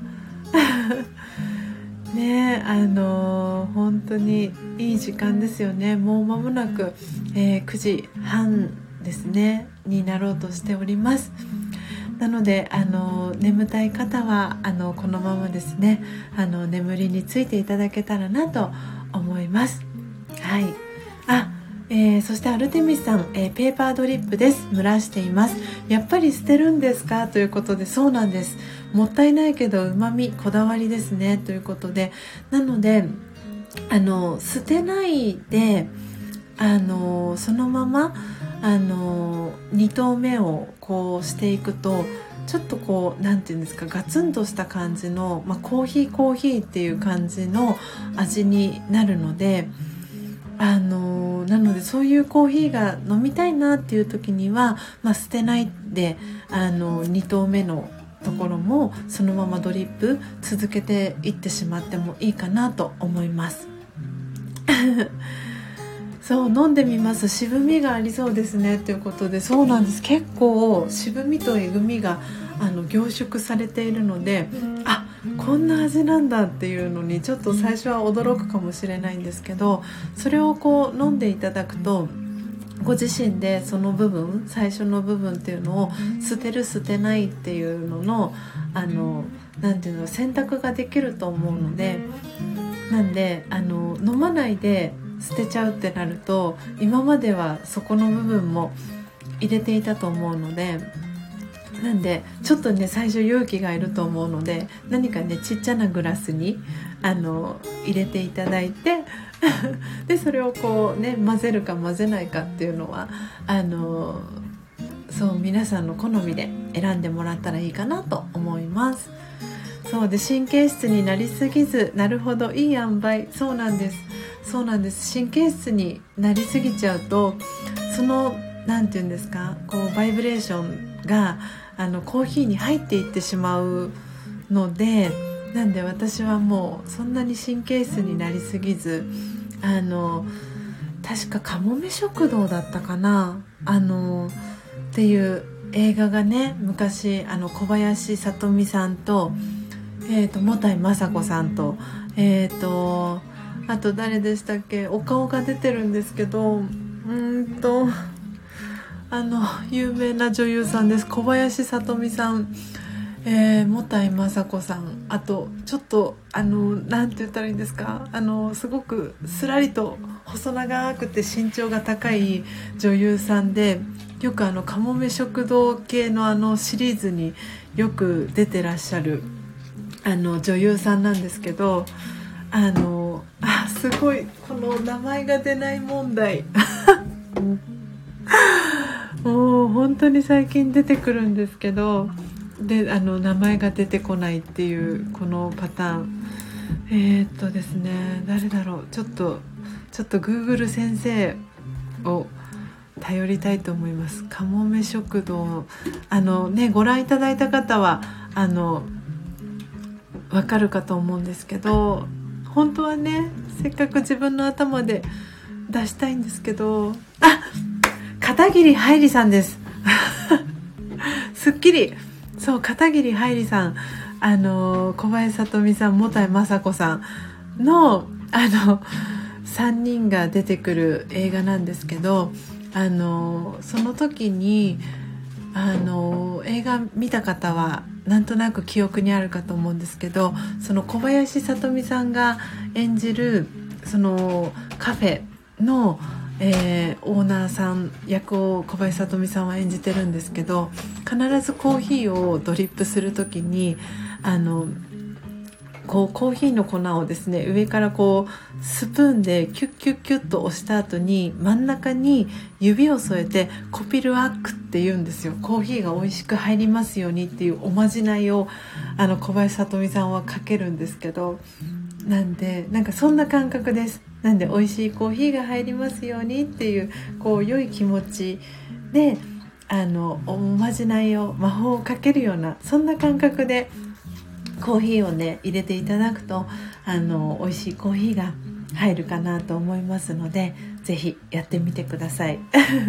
ね。あの本当にいい時間ですよね。もう間もなく、えー、くじはんですねになろうとしております。なのであの眠たい方はあのこのままですねあの眠りについていただけたらなと思います。はい。あ、えー、そしてアルテミスさん、えー、ペーパードリップです。蒸らしています。やっぱり捨てるんですかということで、そうなんです。もったいないけどうまみこだわりですねということで、なのであの捨てないであのそのままあのにとうめをこうしていくとちょっとこうなんていうんですか、ガツンとした感じの、まあ、コーヒーコーヒーっていう感じの味になるので、あのなのでそういうコーヒーが飲みたいなっていう時には、まあ、捨てないであのにとうめのところもそのままドリップ続けていってしまってもいいかなと思いますそう飲んでみます。渋みがありそうですねということで、そうなんです。結構渋みとえぐみがあの凝縮されているので、あ、こんな味なんだっていうのにちょっと最初は驚くかもしれないんですけど、それをこう飲んでいただくとご自身でその部分、最初の部分っていうのを捨てる捨てないっていうののあのなんていうの選択ができると思うので、なんであの飲まないで捨てちゃうってなると今まではそこの部分も入れていたと思うので、なんでちょっとね最初勇気がいると思うので、何かねちっちゃなグラスにあの入れていただいてでそれをこうね混ぜるか混ぜないかっていうのはあのそう皆さんの好みで選んでもらったらいいかなと思います。そうで神経質になりすぎず、なるほど、いい塩梅。そうなんですそうなんです神経質になりすぎちゃうとそのなんていうんですか、こうバイブレーションがあのコーヒーに入っていってしまうので、なんで私はもうそんなに神経質になりすぎず、あの確かカモメ食堂だったかなあのっていう映画がね昔あの小林聡美さんとえーともたいまさこさんとえーとあと誰でしたっけ、お顔が出てるんですけど、うーんとあの有名な女優さんです。小林聡美さん、えー、もたいまさこさん、あとちょっとあのなんて言ったらいいんですか、あのすごくすらりと細長くて身長が高い女優さんで、よくあのかもめ食堂系のあのシリーズによく出てらっしゃるあの女優さんなんですけど、あのあすごいこの名前が出ない問題もう本当に最近出てくるんですけど、であの名前が出てこないっていうこのパターン、えー、っとですね誰だろう、ちょっとちょっと Google 先生を頼りたいと思います。かもめ食堂、あのねご覧いただいた方はあのわかるかと思うんですけど、本当はねせっかく自分の頭で出したいんですけど、あ、片桐はいりさんですすっきり、そう片桐はいりさん、あの小林聡美さん、もたいまさこさんのあのさんにんが出てくる映画なんですけど、あのその時にあの映画見た方はなんとなく記憶にあるかと思うんですけど、その小林聡美さんが演じるそのカフェの、えー、オーナーさん役を小林聡美さんは演じてるんですけど、必ずコーヒーをドリップするときにあのこうコーヒーの粉をですね上からこうスプーンでキュッキュッキュッと押した後に真ん中に指を添えてコピルワックって言うんですよ。コーヒーが美味しく入りますようにっていうおまじないをあの小林さとみさんはかけるんですけど、なんでなんかそんな感覚です。なんで美味しいコーヒーが入りますようにっていうこう良い気持ちであのおまじないを魔法をかけるようなそんな感覚でコーヒーをね入れていただくとあの美味しいコーヒーが入るかなと思いますので、ぜひやってみてください、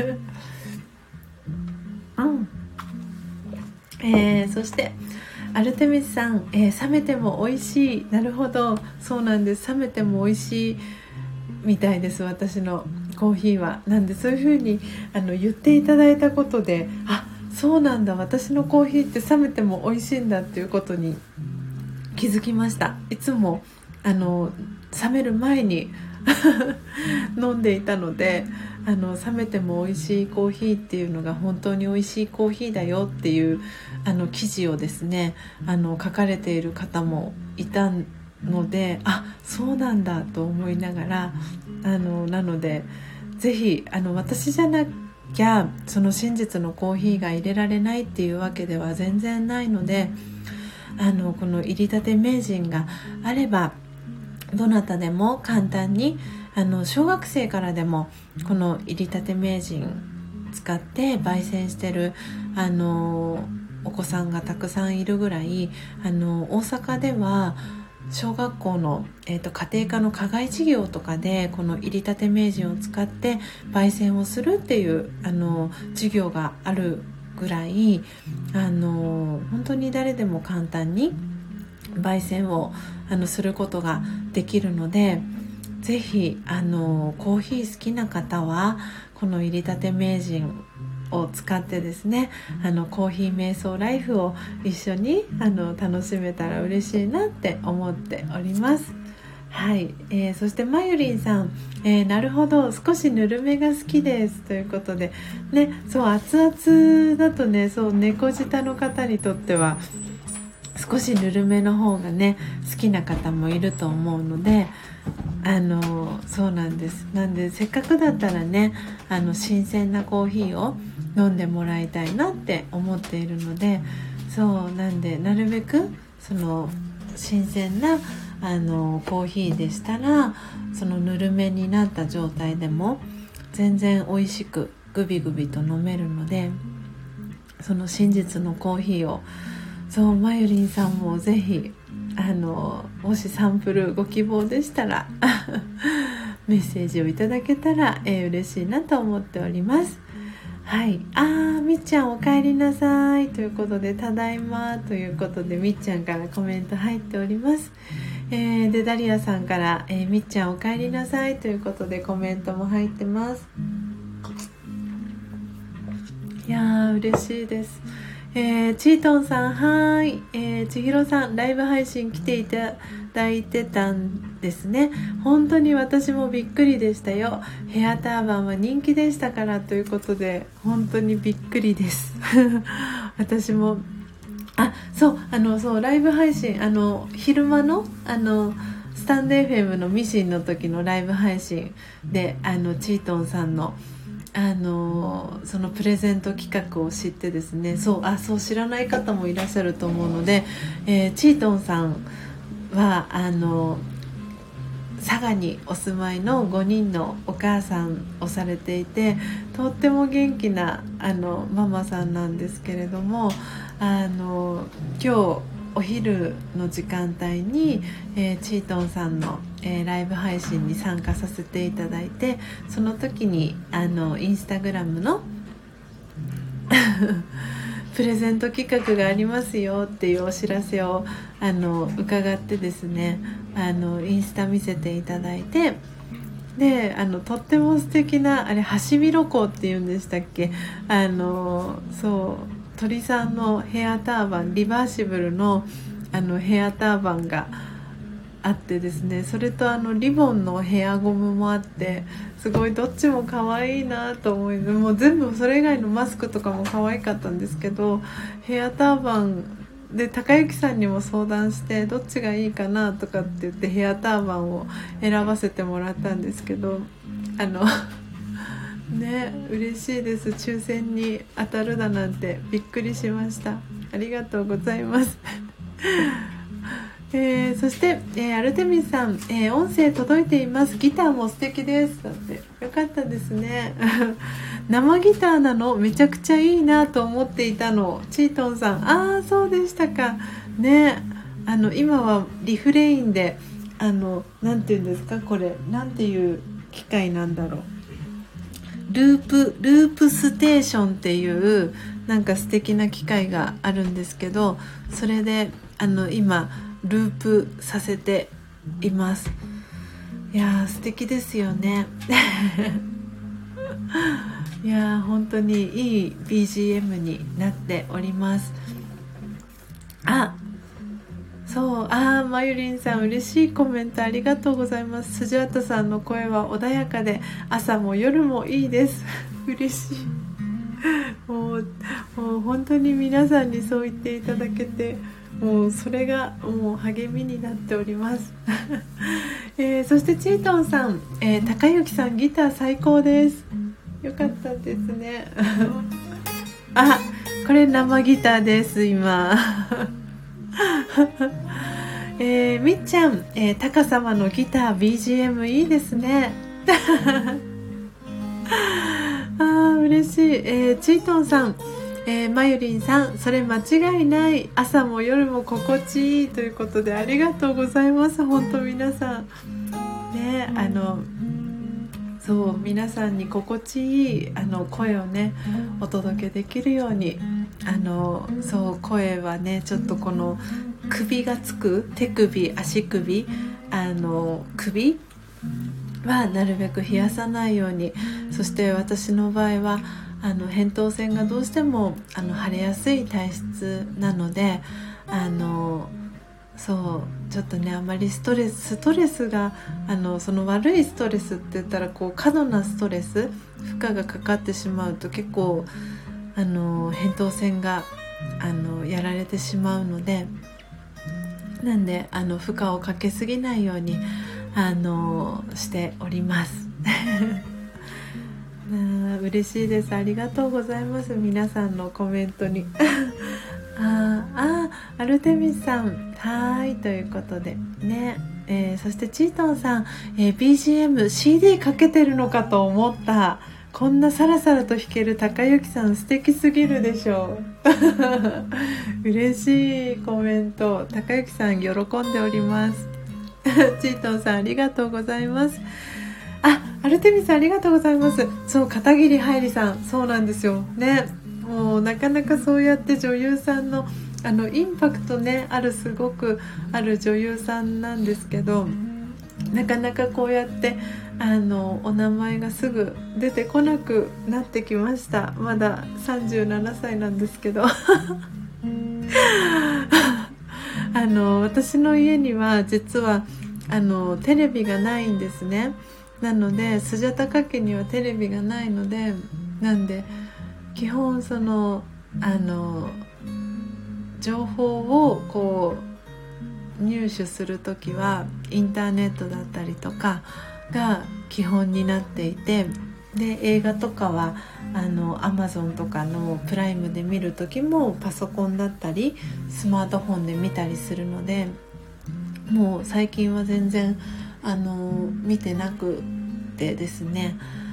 うんえー、そしてアルテミスさん、えー、冷めても美味しい。なるほど、そうなんです。冷めても美味しいみたいです、私のコーヒーは。なんでそういう風にあの言っていただいたことで、あ、そうなんだ、私のコーヒーって冷めても美味しいんだっていうことに気づきました。いつもあの冷める前に飲んでいたので、あの冷めても美味しいコーヒーっていうのが本当に美味しいコーヒーだよっていうあの記事をですねあの書かれている方もいたので、あ、そうなんだと思いながら、あのなのでぜひあの私じゃなきゃその真実のコーヒーが入れられないっていうわけでは全然ないので、あのこの入りたて名人があればどなたでも簡単に、あの小学生からでもこの入りたて名人使って焙煎してるあのお子さんがたくさんいるぐらい、あの大阪では小学校の、えーと、家庭科の課外授業とかでこの入りたて名人を使って焙煎をするっていうあの授業があるぐらい、あの本当に誰でも簡単に焙煎をあのすることができるので、ぜひあのコーヒー好きな方はこの入りたて名人を使ってですね、あのコーヒー瞑想ライフを一緒にあの楽しめたら嬉しいなって思っております。はい、えー、そしてまゆりんさん、えー、なるほど、少しぬるめが好きですということでね、そう熱々だとね、そう猫舌の方にとっては少しぬるめの方がね好きな方もいると思うので、あのそうなんです。なんでせっかくだったらね、あの新鮮なコーヒーを飲んでもらいたいなって思っているので、そうなんでなるべくその新鮮なあのコーヒーでしたら、そのぬるめになった状態でも全然美味しくグビグビと飲めるので、その真実のコーヒーを、そうまゆりんさんもぜひあのもしサンプルご希望でしたらメッセージをいただけたら、えー、嬉しいなと思っております。はい、あーみっちゃんお帰りなさいということで、ただいまということでみっちゃんからコメント入っております。えー、でダリアさんから、えー、みっちゃんお帰りなさいということでコメントも入ってます。いやー嬉しいです。えー、チートンさん、はーい、えー、ちひろさん、ライブ配信来ていただいてたんですね。本当に私もびっくりでしたよ。ヘアターバンは人気でしたからということで、本当にびっくりです私もあ、そう、あのそうライブ配信、あの昼間のあのスタンド エフエム のミシンの時のライブ配信で、あのチートンさんのあのそのプレゼント企画を知ってですね、そうあそう知らない方もいらっしゃると思うので、えー、チートンさんはあの佐賀にお住まいのごにんのお母さんをされていて、とっても元気なあのママさんなんですけれども、あの今日お昼の時間帯に、えー、チートンさんの、えー、ライブ配信に参加させていただいて、その時にあのインスタグラムのプレゼント企画がありますよっていうお知らせをあの伺ってですね、あのインスタ見せていただいて、であのとっても素敵なあれハシビロコウっていうんでしたっけ、あのそう鳥さんのヘアターバン、リバーシブル の, あのヘアターバンがあってですね、それとあのリボンのヘアゴムもあって、すごいどっちも可愛いなと思い、もう全部それ以外のマスクとかも可愛かったんですけど、ヘアターバンで高幸さんにも相談してどっちがいいかなとかって言ってヘアターバンを選ばせてもらったんですけど、あのね、嬉しいです。抽選に当たるだなんてびっくりしました。ありがとうございますえー、そして、えー、アルテミスさん、えー、音声届いています。ギターも素敵ですだって。よかったですね生ギターなのめちゃくちゃいいなと思っていたの。チートンさん、ああそうでしたかね。あの今はリフレインで、あのなんていうんですか、これなんていう機械なんだろう、ループループステーションっていうなんか素敵な機械があるんですけど、それであの今ループさせています。いやー素敵ですよねいやー本当にいい ビージーエム になっております。あ、そう、あーまゆりんさん嬉しいコメントありがとうございます。スジャータさんの声は穏やかで朝も夜もいいです嬉しいもう、もう本当に皆さんにそう言っていただけて、もうそれがもう励みになっておりますえー、そしてチートンさん、えー、高幸さんギター最高です。よかったですねあ、これ生ギターです今えー、みっちゃん、えー、タカ様のギター ビージーエム いいですねあー嬉しい、えー、チートンさん、えー、まゆりんさん、それ間違いない、朝も夜も心地いいということでありがとうございます。本当皆さんね、あのそう皆さんに心地いいあの声をねお届けできるように、あのそう声はねちょっとこの首がつく手首足首あの首はなるべく冷やさないように、そして私の場合はあの扁桃腺がどうしてもあの腫れやすい体質なので、あのそうちょっとねあまりストレスストレスがあのその悪いストレスって言ったらこう過度なストレス負荷がかかってしまうと結構あの扁桃腺があのやられてしまうので、なんであの負荷をかけすぎないようにあのしております嬉しいです。ありがとうございます。皆さんのコメントにああアルテミスさんはーいということでね、えー、そしてチートンさん、えー、ビージーエム シーディー かけてるのかと思った。こんなサラサラと弾ける高幸さん素敵すぎるでしょう嬉しいコメント。高幸さん喜んでおりますチートンさんありがとうございます。あ、アルテミスさんありがとうございます。そう片桐はいりさんそうなんですよね。もうなかなかそうやって女優さんのあのインパクトねあるすごくある女優さんなんですけど、なかなかこうやってあのお名前がすぐ出てこなくなってきました。まださんじゅうななさいなんですけどあの私の家には実はあのテレビがないんですね。なのでスジャタカ家にはテレビがないので、なんで基本そのあの情報をこう入手するときはインターネットだったりとかが基本になっていて、で映画とかはあの Amazon とかのプライムで見るときもパソコンだったりスマートフォンで見たりするので、もう最近は全然あの見てなくてですね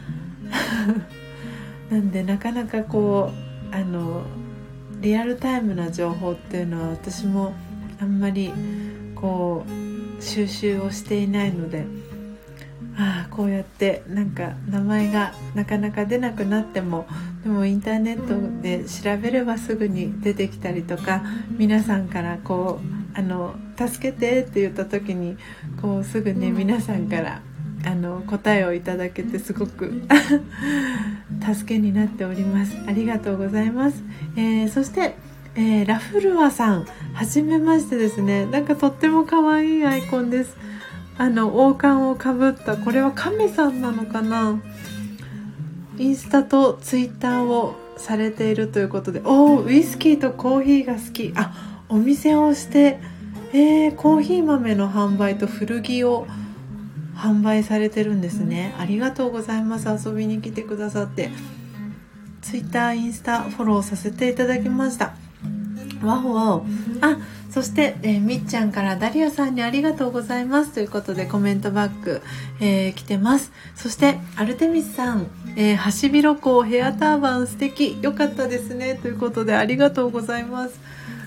なんでなかなかこうあのリアルタイムな情報っていうのは私もあんまりこう収集をしていないので、ああこうやってなんか名前がなかなか出なくなってもでもインターネットで調べればすぐに出てきたりとか、皆さんからこうあの助けてって言った時にこうすぐね皆さんからあの答えをいただけてすごく助けになっております。ありがとうございます。えー、そして、えー、ラフルワさんはじめましてですね。なんかとっても可愛いアイコンです。あの王冠をかぶった、これは亀さんなのかな。インスタとツイッターをされているということで、おーウイスキーとコーヒーが好き。あ、 お店をして、えー、コーヒー豆の販売と古着を販売されてるんですね。ありがとうございます。遊びに来てくださって、ツイッター、インスタフォローさせていただきました。わおわお。あ、そして、えー、みっちゃんからダリアさんにありがとうございますということでコメントバック、えー、来てます。そしてアルテミスさん、えー、ハシビロコウヘアターバン素敵、よかったですねということでありがとうございます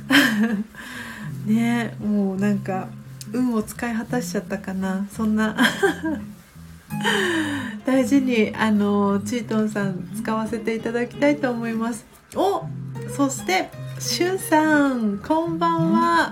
ねえ、もうなんか運を使い果たしちゃったかな、そんな大事にあのチートンさん使わせていただきたいと思います。お、そしてシュウさん、こんばんは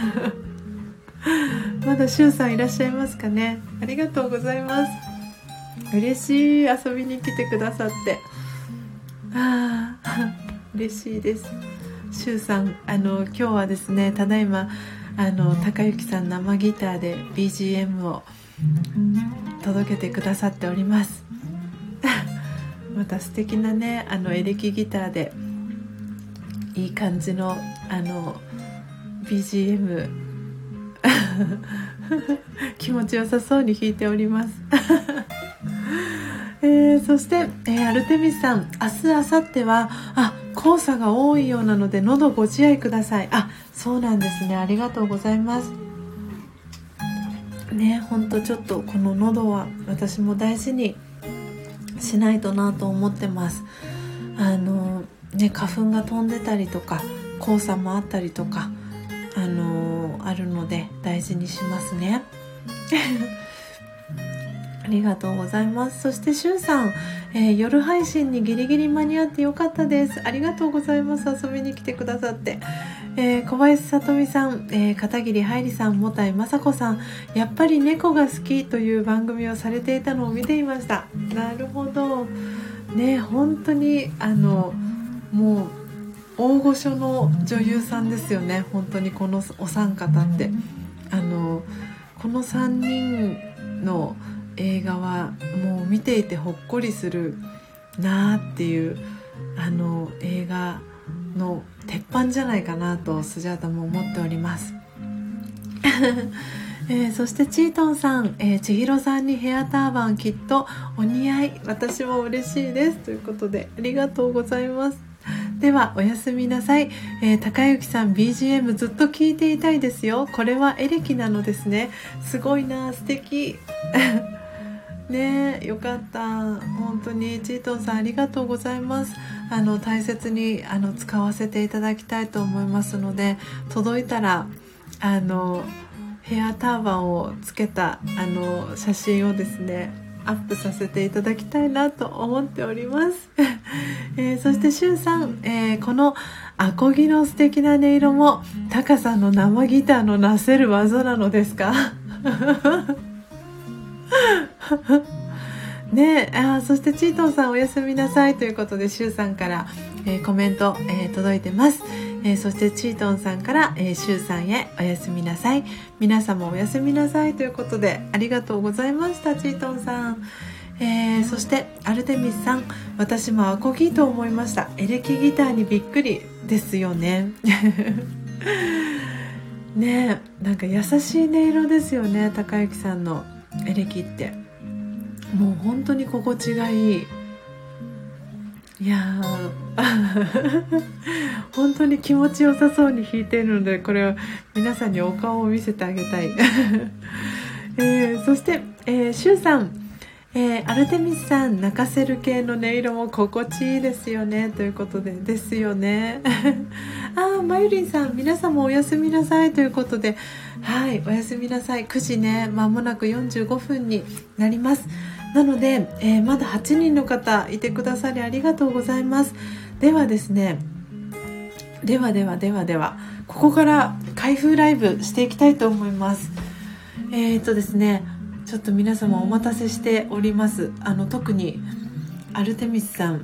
まだシュウさんいらっしゃいますかね。ありがとうございます。嬉しい、遊びに来てくださって、あ嬉しいです。シュウさん、あの今日はですね、ただいまあの高幸さん生ギターで ビージーエム を届けてくださっておりますまた素敵なね、あのエレキギターでいい感じのあの ビージーエム 気持ちよさそうに弾いておりますえー、そして、えー、アルテミスさん、明日明後日はあ黄砂が多いようなので喉ご自愛ください。あ、そうなんですね、ありがとうございますね。ほんとちょっとこの喉は私も大事にしないとなと思ってます。あのね、花粉が飛んでたりとか黄砂もあったりとかあのあるので大事にしますねありがとうございます。そしてシュウさん、えー、夜配信にギリギリ間に合ってよかったです。ありがとうございます。遊びに来てくださって、えー、小林さとみさん、えー、片桐はいりさん、もたいまさこさん、やっぱり猫が好きという番組をされていたのを見ていました。なるほどね、本当にあのもう大御所の女優さんですよね。本当にこのお三方ってあのこのさんにんの映画はもう見ていてほっこりするなっていうあの映画の鉄板じゃないかなとスジャータも思っておりますえー、そしてチートンさん、えー、千尋さんにヘアターバンきっとお似合い、私も嬉しいですということでありがとうございます。ではおやすみなさい、えー、高幸さん ビージーエム ずっと聴いていたいですよ。これはエレキなのですね。すごいな、素敵ねえ、よかった。本当にチートンさんありがとうございます。あの大切にあの使わせていただきたいと思いますので、届いたらあのヘアターバンをつけたあの写真をですねアップさせていただきたいなと思っております、えー、そしてシュウさん、えー、このアコギの素敵な音色もタカさんの生ギターのなせる技なのですかねえ、あ、そしてチートンさんおやすみなさいということでシュウさんから、えー、コメント、えー、届いてます。えー、そしてチートンさんから、えー、シュウさんへおやすみなさい、皆様おやすみなさいということでありがとうございましたチートンさん。えー、そしてアルテミスさん、私もアコギと思いました。エレキギターにびっくりですよねねえ、なんか優しい音色ですよね、高幸さんのエレキって。もう本当に心地がいい。いや本当に気持ちよさそうに弾いているので、これを皆さんにお顔を見せてあげたい、えー、そして、えー、シュウさん、えー、アルテミスさん、泣かせる系の音色も心地いいですよねということでですよねあ、まゆりんさん、皆さんもおやすみなさいということで、はい、おやすみなさい。くじね、まもなくよんじゅうごふんになります。なので、えー、まだはちにんの方いてくださりありがとうございます。ではですね、ではではではではここから開封ライブしていきたいと思います。えーとですねちょっと皆様お待たせしております。あの特にアルテミスさん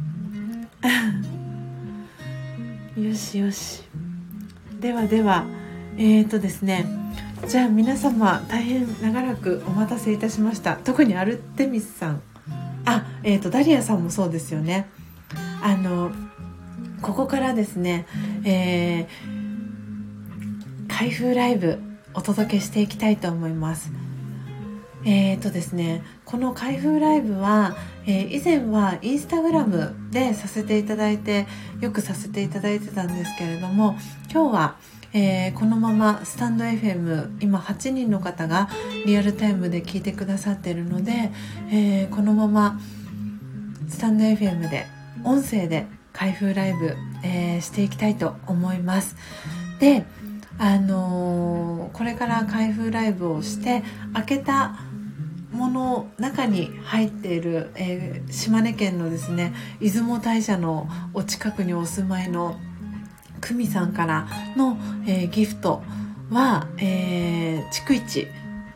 よしよし、ではではえーとですねじゃあ皆様大変長らくお待たせいたしました。特にアルテミスさん、あ、えーとダリアさんもそうですよね。あのここからですね、えー開封ライブお届けしていきたいと思います。えーとですね、この開封ライブは、えー、以前はインスタグラムでさせていただいてよくさせていただいてたんですけれども、今日は、えー、このままスタンド エフエム 今はちにんの方がリアルタイムで聞いてくださっているので、えー、このままスタンド エフエム で音声で開封ライブ、えー、していきたいと思います。で、あのー、これから開封ライブをして開けたもの中に入っている、えー、島根県のですね、出雲大社のお近くにお住まいの久美さんからの、えー、ギフトは、えー、逐一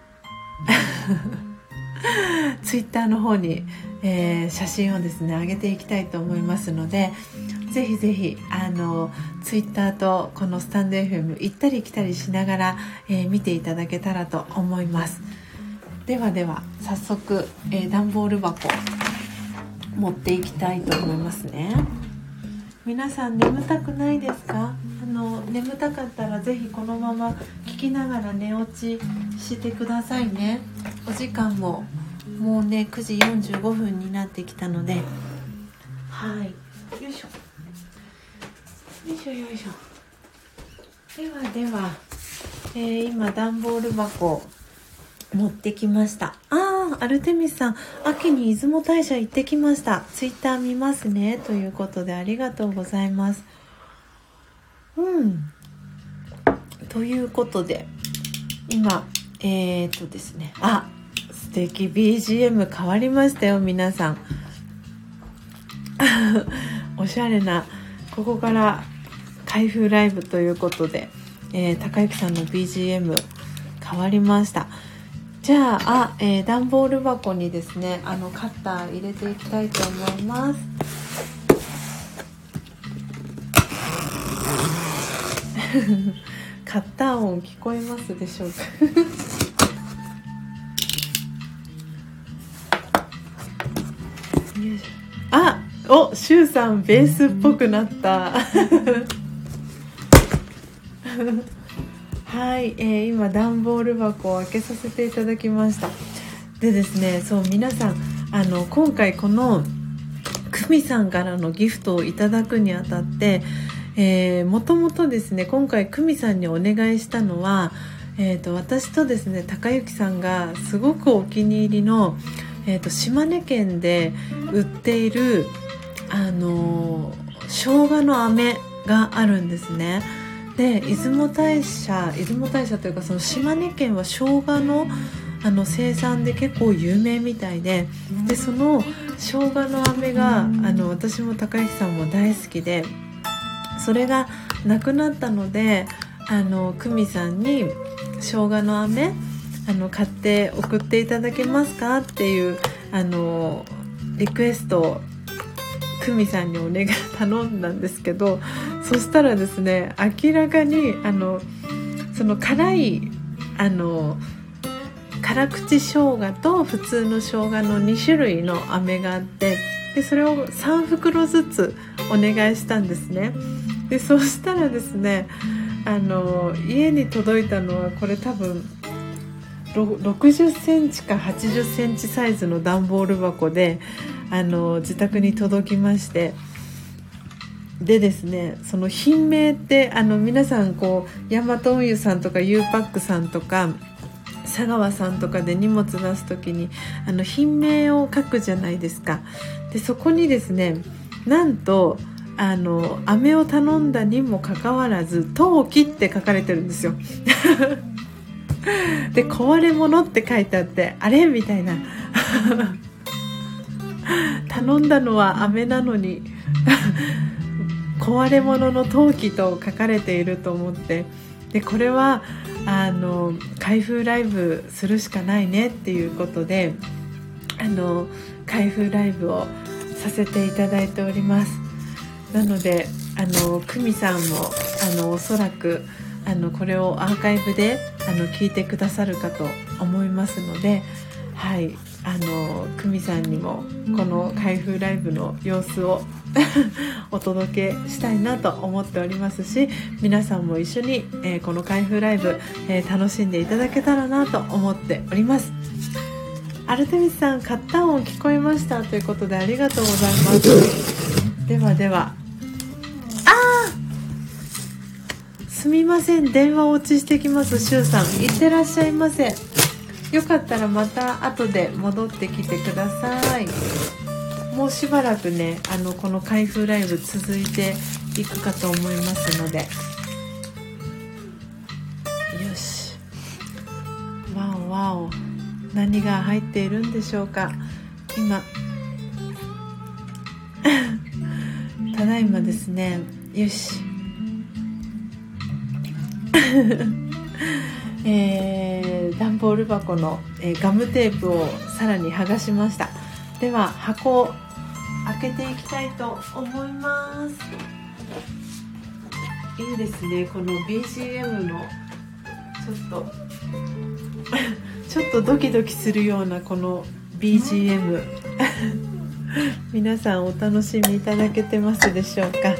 ツイッターの方に、えー、写真をですね上げていきたいと思いますので、ぜひぜひあのツイッターとこのスタンド エフエム 行ったり来たりしながら、えー、見ていただけたらと思います。ではでは早速、えー、段ボール箱持っていきたいと思いますね。皆さん眠たくないですか？あの眠たかったらぜひこのまま聞きながら寝落ちしてくださいね。お時間ももうねくじよんじゅうごふんになってきたので、はい、よいしょよいしょよいしょ。ではでは、えー、今段ボール箱持ってきました。あー、アルテミスさん、秋に出雲大社行ってきました。ツイッター見ますね、ということでありがとうございます。うんということで今えー、っとですねあ素敵 ビージーエム 変わりましたよ皆さんおしゃれな、ここから開封ライブということで、えー、高幸さんの ビージーエム 変わりました。じゃあ、あ、えー、段ボール箱にですねあのカッター入れていきたいと思います。カッター音聞こえますでしょうか？よいしょ。あ、お、シュウさんベースっぽくなったはい、えー、今段ボール箱を開けさせていただきました。でですね、そう皆さんあの今回この久美さんからのギフトをいただくにあたって、えー、もともとですね今回久美さんにお願いしたのは、えー、と私とですね高幸さんがすごくお気に入りの、えー、と島根県で売っているあのー、生姜の飴があるんですね。で出雲大社出雲大社というかその島根県は生姜のあの生産で結構有名みたいで、でその生姜の飴があの私も高幸さんも大好きで、それがなくなったのであの久美さんに生姜の飴あの買って送っていただけますかっていうあのリクエストを久美さんにお願い頼んだんですけど、そしたらですね明らかにあのその辛いあの辛口生姜と普通の生姜のに種類の飴があって、でそれをさん袋ずつお願いしたんですね。でそうしたらですねあの家に届いたのはこれ多分ろくじゅっセンチかはちじゅっセンチサイズの段ボール箱であの自宅に届きまして、でですねその品名ってあの皆さんこうヤマト運輸さんとか ユーパックさんとか佐川さんとかで荷物出すときにあの品名を書くじゃないですか。でそこにですねなんとあの飴を頼んだにもかかわらず陶器って書かれてるんですよで壊れ物って書いてあって、あれみたいな頼んだのは飴なのに壊れ物の陶器と書かれていると思って、でこれはあの開封ライブするしかないねっていうことであの開封ライブをさせていただいております。なのであの久美さんもあのおそらくあのこれをアーカイブであの聞いてくださるかと思いますので、はい、 あの久美さんにもこの開封ライブの様子をお届けしたいなと思っておりますし、皆さんも一緒に、えー、この開封ライブ、えー、楽しんでいただけたらなと思っております。アルテミスさん、カッター音聞こえましたということでありがとうございます。ではでは、あーすみません、電話落ちしてきます。シュウさんいってらっしゃいませ。よかったらまた後で戻ってきてください。もうしばらくね、あのこの開封ライブ続いていくかと思いますので、よし、わおわお、何が入っているんでしょうか。今ただいまですね、よしえー、段ボール箱の、えー、ガムテープをさらに剥がしました。では箱を開けていきたいと思います。いいですね、この ビージーエム のちょっとちょっとドキドキするようなこの ビージーエム 皆さんお楽しみいただけてますでしょうか。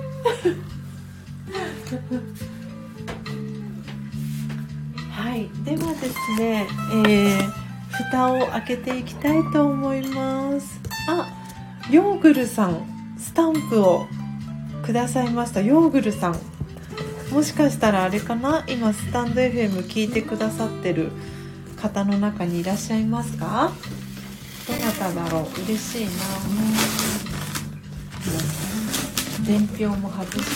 はい、ではですね、えー、蓋を開けていきたいと思います。あ、ヨーグルさん、スタンプをくださいました。ヨーグルさん、もしかしたらあれかな、今スタンド エフエム 聞いてくださってる方の中にいらっしゃいますか？どなただろう。嬉しいな。伝票も外します。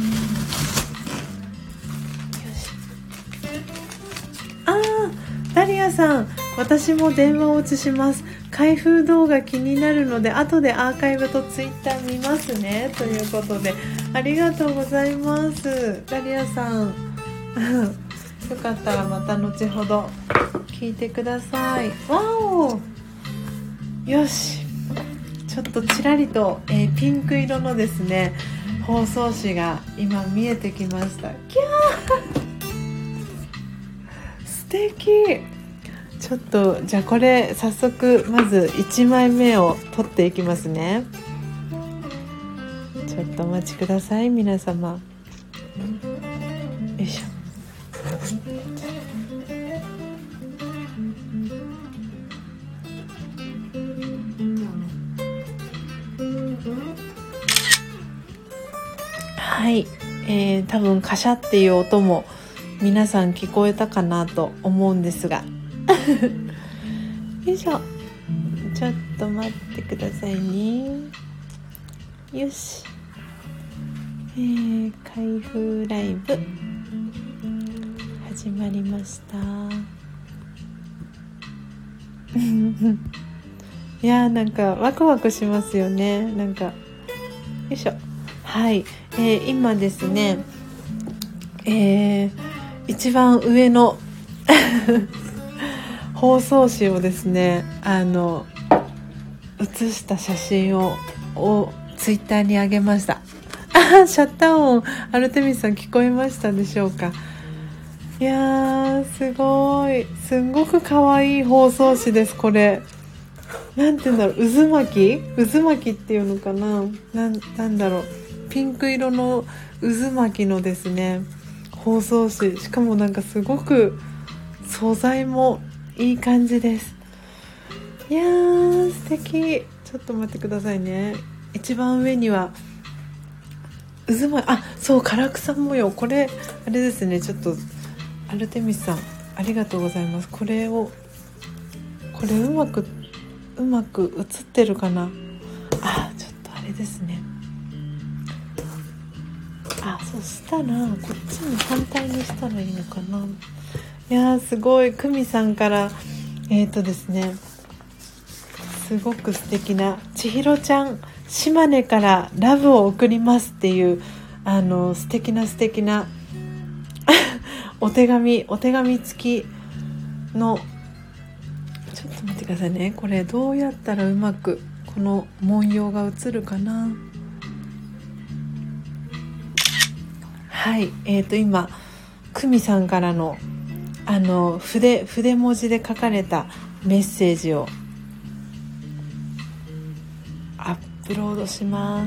あー、ダリアさん、私も電話落ちします。開封動画気になるので後でアーカイブとツイッター見ますね、ということでありがとうございます。ダリアさんよかったらまた後ほど聞いてください。わお、よし、ちょっとちらりと、えー、ピンク色のですね包装紙が今見えてきました。キャー素敵。ちょっとじゃあこれ早速まずいちまいめを取っていきますね。ちょっとお待ちください皆様。よいしょ。はい、えー、多分カシャっていう音も皆さん聞こえたかなと思うんですがよいしょ、ちょっと待ってくださいね。よし、えー、開封ライブ始まりましたいやー、なんかワクワクしますよね。なんかよいしょ。はい、えー、今ですね、えー、一番上の包装紙をですね、あの写した写真ををツイッターに上げました。あ、シャッター音、アルテミスさん聞こえましたでしょうか。いやー、すごい、すんごく可愛い包装紙です。これなんて言うんだろう、渦巻き渦巻きっていうのかな、な ん, なんだろう、ピンク色の渦巻きのですね包装紙、しかもなんかすごく素材もいい感じです。いやー、素敵。ちょっと待ってくださいね。一番上には渦巻き、あ、そう、唐草模様。これあれですね、ちょっとアルテミスさんありがとうございます。これをこれうまくうまく映ってるかな。あ、ちょっとあれですね。あ、そしたらこっちに反対にしたらいいのかな。いやー、すごい。久美さんからえーとですねすごく素敵な、千尋ちゃん島根からラブを送りますっていう、あの素敵な素敵なお手紙お手紙付きの、ちょっと待ってくださいね。これどうやったらうまくこの文様が映るかな。はい、えーと今久美さんからのあの筆筆文字で書かれたメッセージをアップロードします。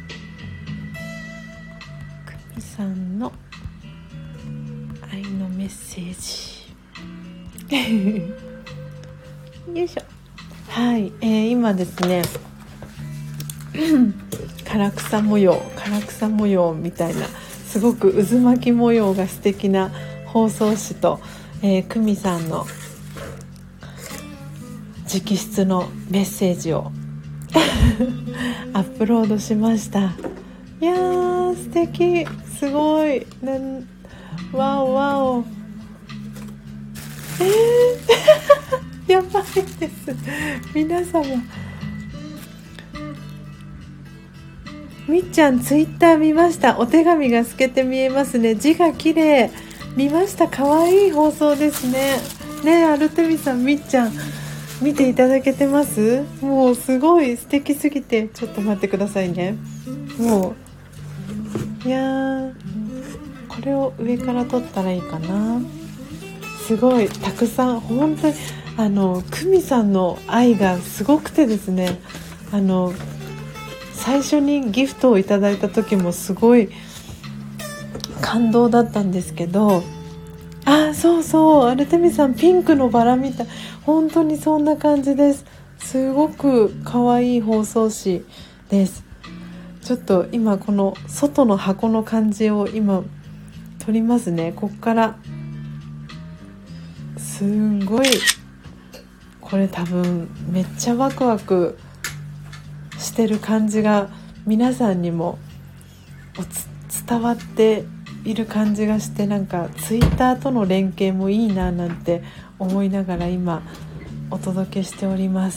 久美さんの愛のメッセージよいしょ。はい、えー、今ですね唐草模様唐草模様みたいなすごく渦巻き模様が素敵な包装紙と、えー、久美さんの直筆のメッセージをアップロードしました。いやー素敵、すごい、なんわおわお、えー、やばいです。皆様、みっちゃんツイッター見ました。お手紙が透けて見えますね。字が綺麗、見ました。かわいい放送ですね。ねえ、アルテミさん、みっちゃん見ていただけてます？もうすごい素敵すぎて、ちょっと待ってくださいね。もういやー、これを上から撮ったらいいかな。すごいたくさん、本当にあの久美さんの愛がすごくてですね、あの最初にギフトをいただいた時もすごい感動だったんですけど、あ、そうそう、アルテミさん、ピンクのバラみたい、本当にそんな感じです。すごく可愛い包装紙です。ちょっと今この外の箱の感じを今撮りますね。こっからすんごい、これ多分めっちゃワクワクしてる感じが皆さんにも伝わっている感じがして、なんかツイッターとの連携もいいななんて思いながら今お届けしております。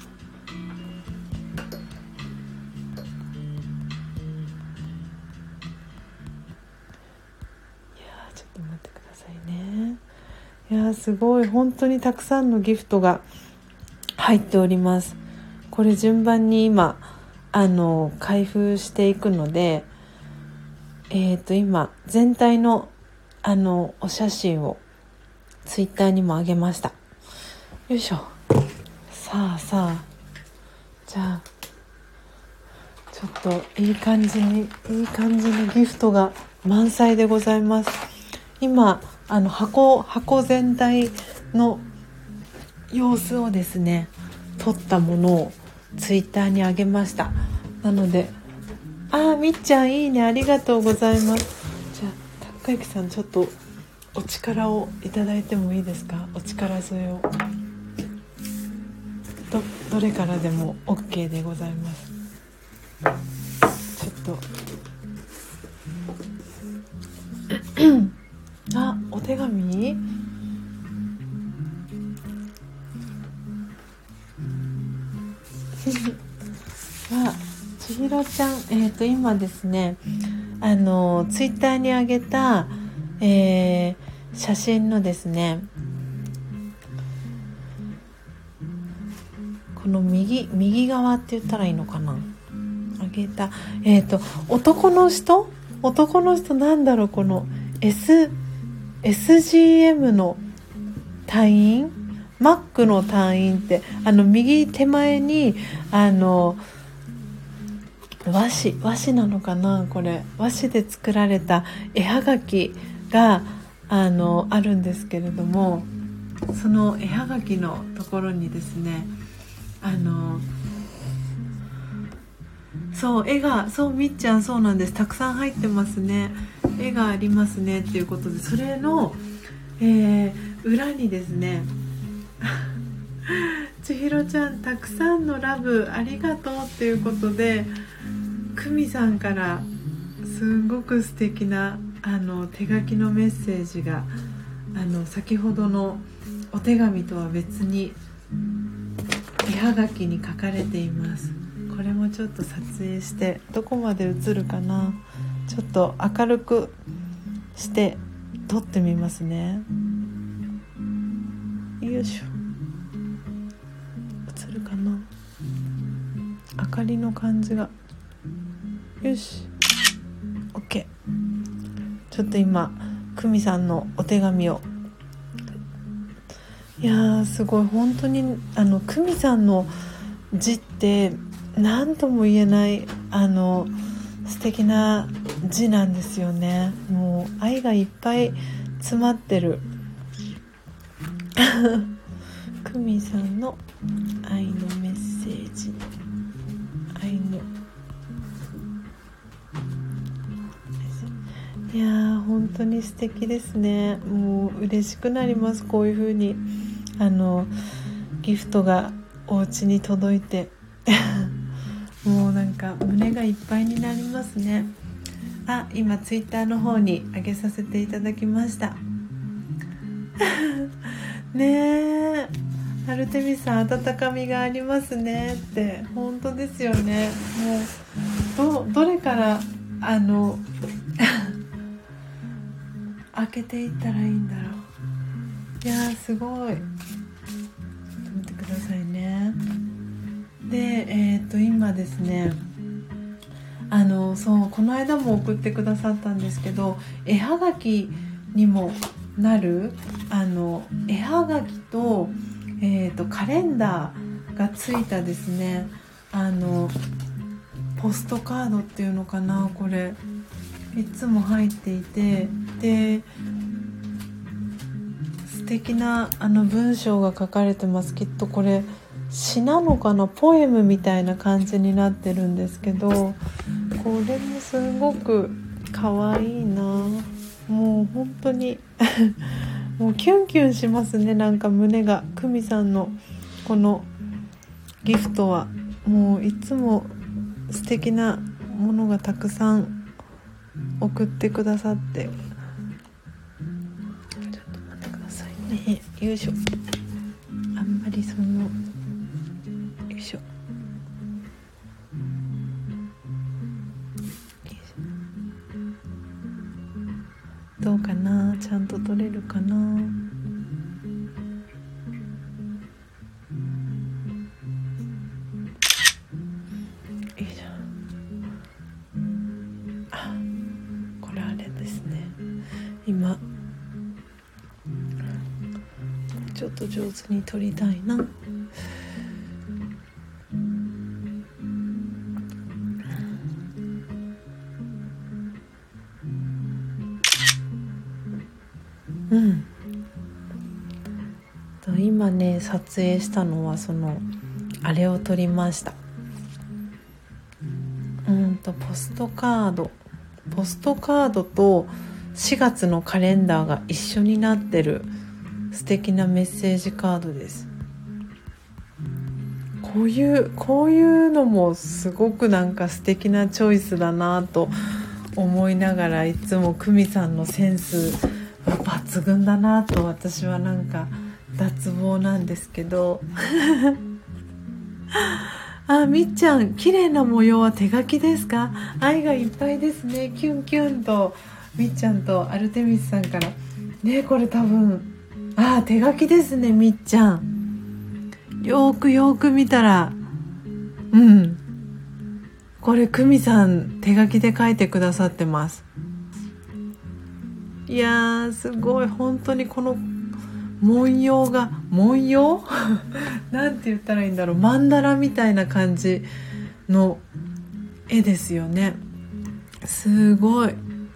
いやー、ちょっと待ってくださいね。いやー、すごい、本当にたくさんのギフトが入っております。これ順番に今あの開封していくので、えーと今全体のあのお写真をツイッターにも上げました。よいしょ。さあさあ、じゃあちょっといい感じにいい感じのギフトが満載でございます。今あの箱箱全体の様子をですね、撮ったものをツイッターに上げました。なので、あー、みっちゃんいいね、ありがとうございます。じゃあ高之さん、ちょっとお力をいただいてもいいですか？お力添えを ど, どれからでも OK でございます。ちょっとあ、お手紙は千尋ちゃん、えーと今ですね、あのツイッターに上げた、えー、写真のですね、この右右側って言ったらいいのかな、上げた、えーと男の人男の人なんだろう、この Sエスジーエム の隊員、マックの隊員って、あの右手前にあの和紙和紙なのかな、これ和紙で作られた絵はがきがあのあるんですけれども、その絵はがきのところにですね、あのそう絵が、そう、みっちゃん、そうなんです、たくさん入ってますね、絵がありますねっていうことで、それの、えー、裏にですね千尋ちゃん、たくさんのラブありがとうっていうことで、久美さんからすごく素敵なあの手書きのメッセージが、あの先ほどのお手紙とは別に絵はがきに書かれています。これもちょっと撮影して、どこまで映るかな、ちょっと明るくして撮ってみますね。よいしょ、映るかな、明かりの感じが、よし OK。 ちょっと今久美さんのお手紙を、いいやーすごい本当にあの久美さんの字って何とも言えないあの素敵な字なんですよね。もう愛がいっぱい詰まってる久美さんの愛のメッセージ、愛のいやー本当に素敵ですね。もう嬉しくなります。こういう風にあのギフトがお家に届いてもうなんか胸がいっぱいになりますね。あ、今ツイッターの方に上げさせていただきましたねえ、アルテミスさん温かみがありますねって。本当ですよね。もう ど, どれからあの開けていったらいいんだろう。いやーすごい。ちょっと待ってくださいね。で、えーと今ですね、あのそうこの間も送ってくださったんですけど、絵はがきにもなるあの絵はがきと、えーとカレンダーがついたですね、あのポストカードっていうのかな、これいつも入っていて、で素敵なあの文章が書かれてます。きっとこれ詩なのかな、ポエムみたいな感じになってるんですけど、これもすごく可愛いな。もう本当にもうキュンキュンしますね。なんか胸が、久美さんのこのギフトはもういつも素敵なものがたくさん送ってくださって、ちょっと待ってくださいね。よいしょ。あんまりそのよいしょどうかな、ちゃんと撮れるかな。あ、これあれですね。今ちょっと上手に撮りたいな。うん。今ね撮影したのはそのあれを撮りました。うんとポストカードポストカードとしがつのカレンダーが一緒になってる素敵なメッセージカードです。こういうこういうのもすごくなんか素敵なチョイスだなと思いながら、いつも久美さんのセンスは抜群だなと私はなんか脱帽なんですけどあ、みっちゃん、綺麗な模様は手書きですか？愛がいっぱいですね。キュンキュンとみっちゃんとアルテミスさんからね。これ多分あ、手書きですね。みっちゃん、よーくよーく見たら、うん、これ久美さん手書きで書いてくださってます。いやーすごい。本当にこの文様が文様なんて言ったらいいんだろう、マンダラみたいな感じの絵ですよね。すごい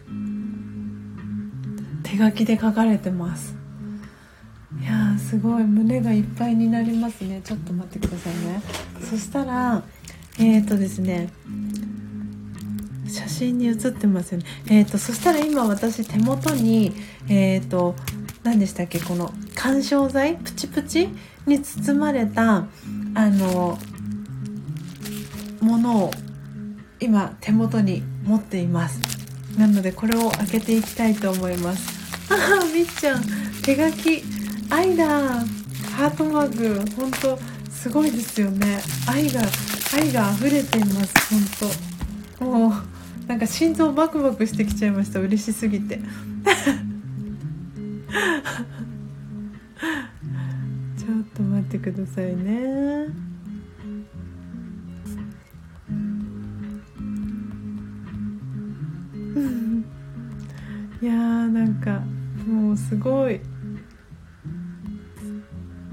手書きで描かれてます。いやーすごい胸がいっぱいになりますね。ちょっと待ってくださいね。そしたらえーとですね写真に写ってますよね。えーとそしたら今私手元にえーと何でしたっけ、この緩衝材プチプチに包まれたあのものを今手元に持っています。なのでこれを開けていきたいと思います。あーみっちゃん手書き愛だ、ハートマーク、本当すごいですよね。愛が愛が溢れています。本当もうなんか心臓バクバクしてきちゃいました。嬉しすぎてちょっと待ってくださいね。いやーなんかもうすごい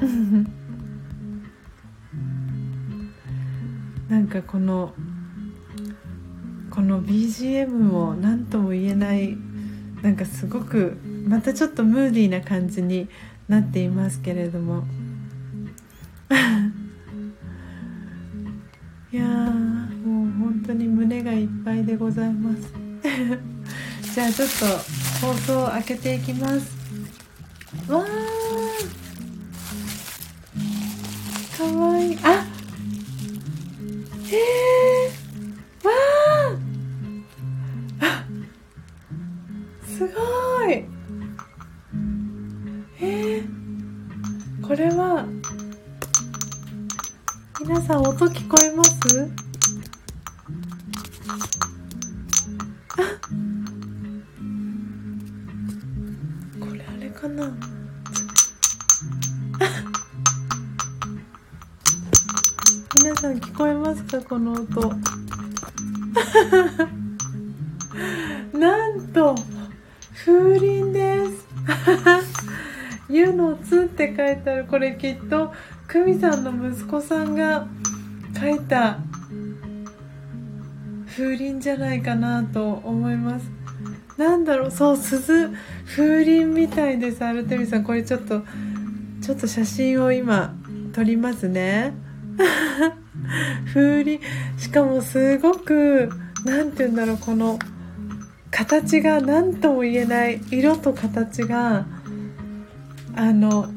なんかこのこの ビージーエム も何とも言えない、なんかすごくまたちょっとムーディーな感じになっていますけれどもいやー、もう本当に胸がいっぱいでございますじゃあちょっと放送を開けていきます。わー、かわいい。あ、えー、わー、あ、すごい。えー、これは皆さん音聞こえます？あ、これあれかな。皆さん聞こえますか、この音なんと風鈴です湯の津って書いてある。これきっと久美さんの息子さんが書いた風鈴じゃないかなと思います。なんだろう、そう、鈴、風鈴みたいです。アルテミさん、これちょっとちょっと写真を今撮りますね風鈴、しかもすごくなんていうんだろう、この形が何とも言えない、色と形があの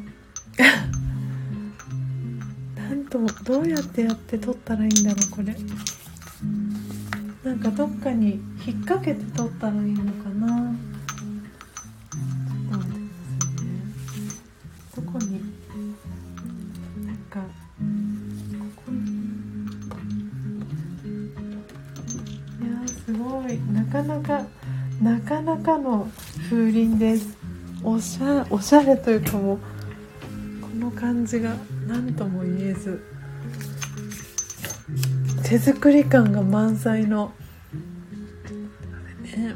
なんとも、どうやってやって撮ったらいいんだろう。これなんかどっかに引っ掛けて撮ったらいいのかな。ちょっと待ってくださいね。どこに、なんかここに、いやーすごい、なかなかなかなかの風鈴です。おしゃ、おしゃれというか、もうこの感じが何とも言えず、手作り感が満載の、ね、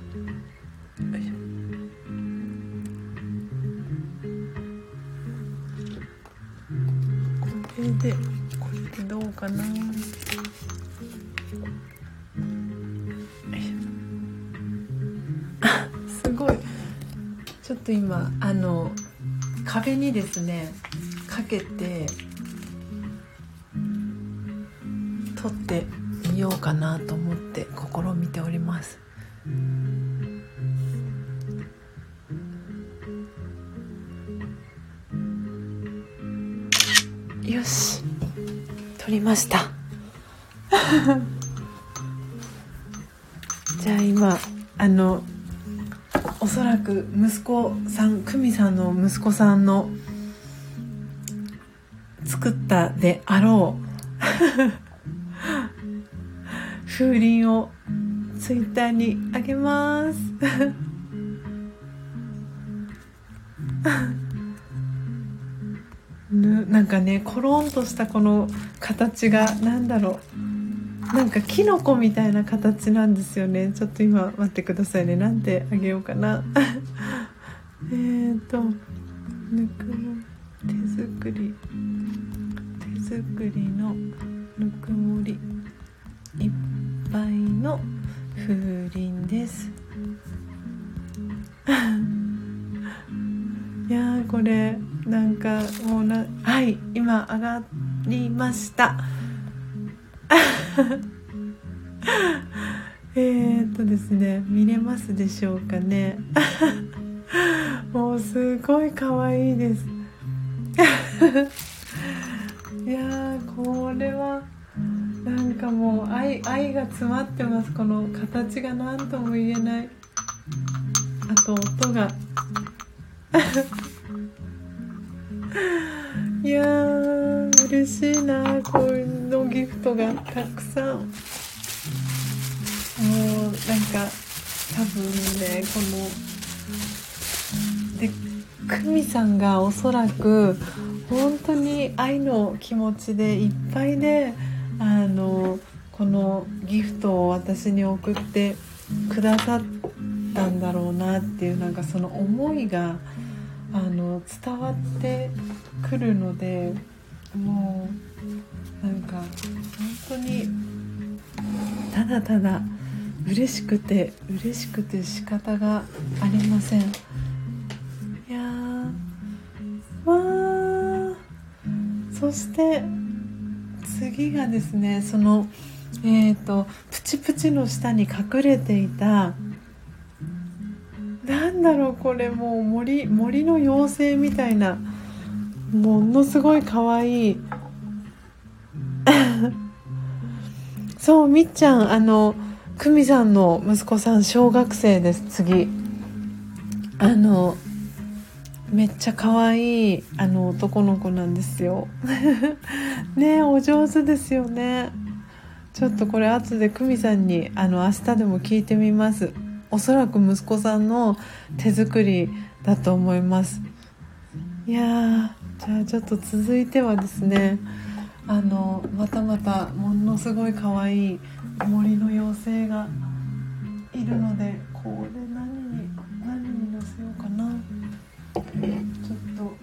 これでこれでどうかな。あ、すごい。ちょっと今あの壁にですねかけて撮ってみようかなと思って試みております。よし、撮りましたじゃあ今あのおそらく息子さん、久美さんの息子さんの作ったであろう風鈴をツイッターにあげますなんかね、コロンとしたこの形がなんだろう、なんかキノコみたいな形なんですよね。ちょっと今待ってくださいね。なんてあげようかなえーとぬくも手作り手作りのぬくもりいっぱいの風鈴ですいやー、これなんかもうな、はい、今上がりましたえーっとですね、見れますでしょうかねもうすごい可愛いですいやー、これはなんかもう 愛, 愛が詰まってます。この形が何とも言えない。あと音がいやー嬉しいな、こういうのギフトがたくさん。もうなんか多分ね、こので久美さんがおそらく本当に愛の気持ちでいっぱいで、あのこのギフトを私に送ってくださったんだろうなっていう、なんかその思いがあの伝わってくるので、もうなんか本当にただただ嬉しくて嬉しくて仕方がありません。いやーわー、そして次がですね、そのえーとプチプチの下に隠れていた、なんだろう、これもう森森の妖精みたいな、ものすごい可愛いそう、みっちゃん、あの久美さんの息子さん小学生です。次あのめっちゃ可愛いあの男の子なんですよね、お上手ですよね。ちょっとこれ後で久美さんにあの明日でも聞いてみます。おそらく息子さんの手作りだと思います。いやー、じゃあちょっと続いてはですね、あのまたまたものすごい可愛い森の妖精がいるので、これ何に何に乗せようかな。ちょっと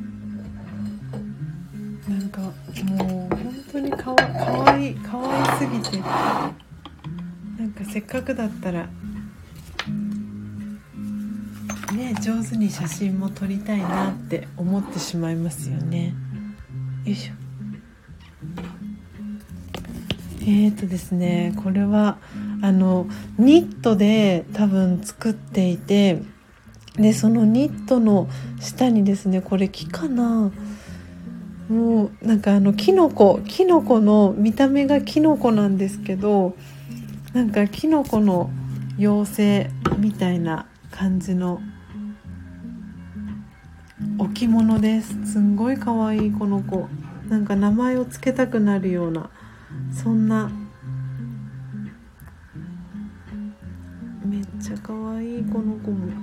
なんかもう本当にかわ、かわいいかわいすぎて、なんかせっかくだったらね、上手に写真も撮りたいなって思ってしまいますよね。よいしょ。えーとですね、これはあのニットで多分作っていて、でそのニットの下にですね、これ木かな、もうなんかあのキノコキノコの見た目がキノコなんですけど、なんかキノコの妖精みたいな感じの置物です。すんごい可愛いこの子、なんか名前をつけたくなるような、そんなめっちゃ可愛いこの子も。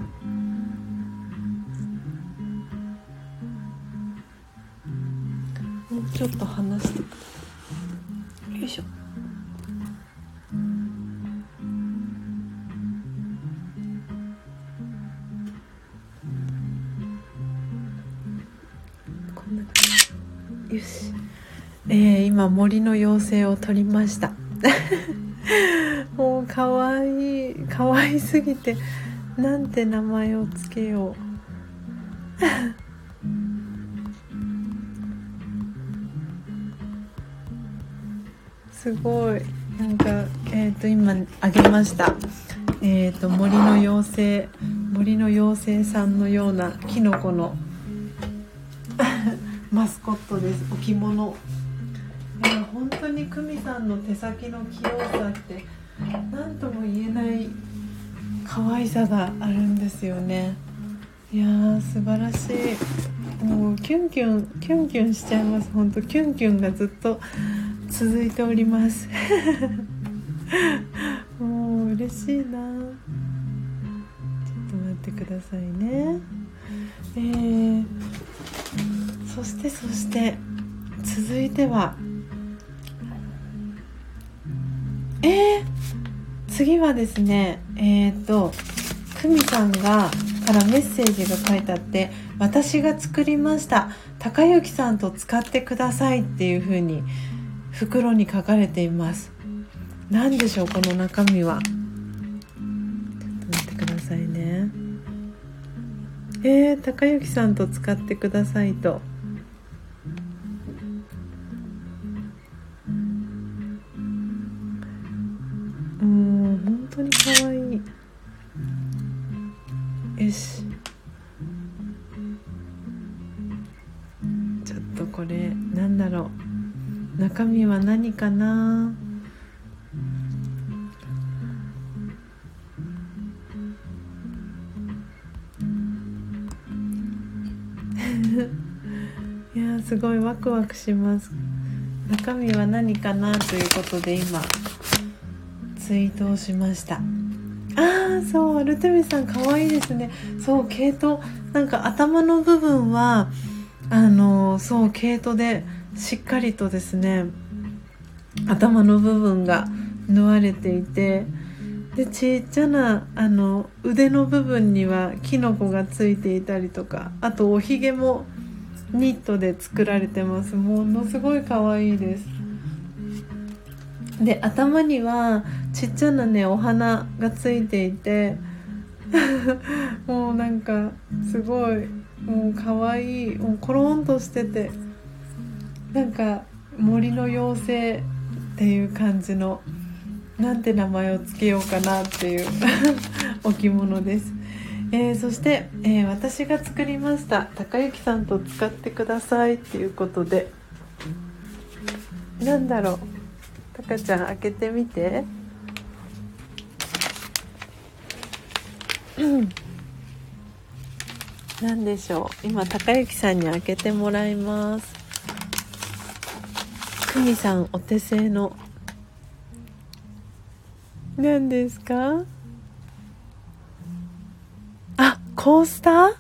もうちょっと離して、よいしょ。こんな感じ。よし、えー、今森の妖精を撮りましたもうかわいいかわいすぎて、なんて名前をつけようすごい、なんかえっと今あげました。えっと森の妖精森の妖精さんのようなキノコのマスコットです。置物。いや本当に久美さんの手先の器用さって何とも言えない可愛さがあるんですよね。いやー素晴らしい。もうキュンキュンキュンキュンしちゃいます。本当キュンキュンがずっと続いておりますもう嬉しいな。ちょっと待ってくださいね。えー、そしてそして続いてはえー、次はですね、えーと久美さんがからメッセージが書いてあって、私が作りました、高之さんと使ってくださいっていう風に袋に書かれています。何でしょうこの中身は。ちょっと待ってくださいね。えー、高之さんと使ってくださいと、もう本当に可愛い。よし、ちょっとこれなんだろう、中身は何かな。いやすごいワクワクします。中身は何かなということで今ツイートをしました。あーそう、アルテミスさん可愛いですね。そう毛糸、なんか頭の部分はあのそう毛糸でしっかりとですね頭の部分が縫われていて、 でちっちゃなあの腕の部分にはキノコがついていたりとか、あとおひげもニットで作られてます。ものすごい可愛いです。で頭にはちっちゃなねお花がついていてもうなんかすごいもう可愛い、もうコロンとしてて、なんか森の妖精っていう感じの、なんて名前をつけようかなっていう置物です。えー、そして、えー、私が作りました高幸さんと使ってくださいっていうことで、なんだろう、たかちゃん開けてみて。うん、なんでしょう。今高幸さんに開けてもらいます。久美さんお手製の何ですか？あ、コースター？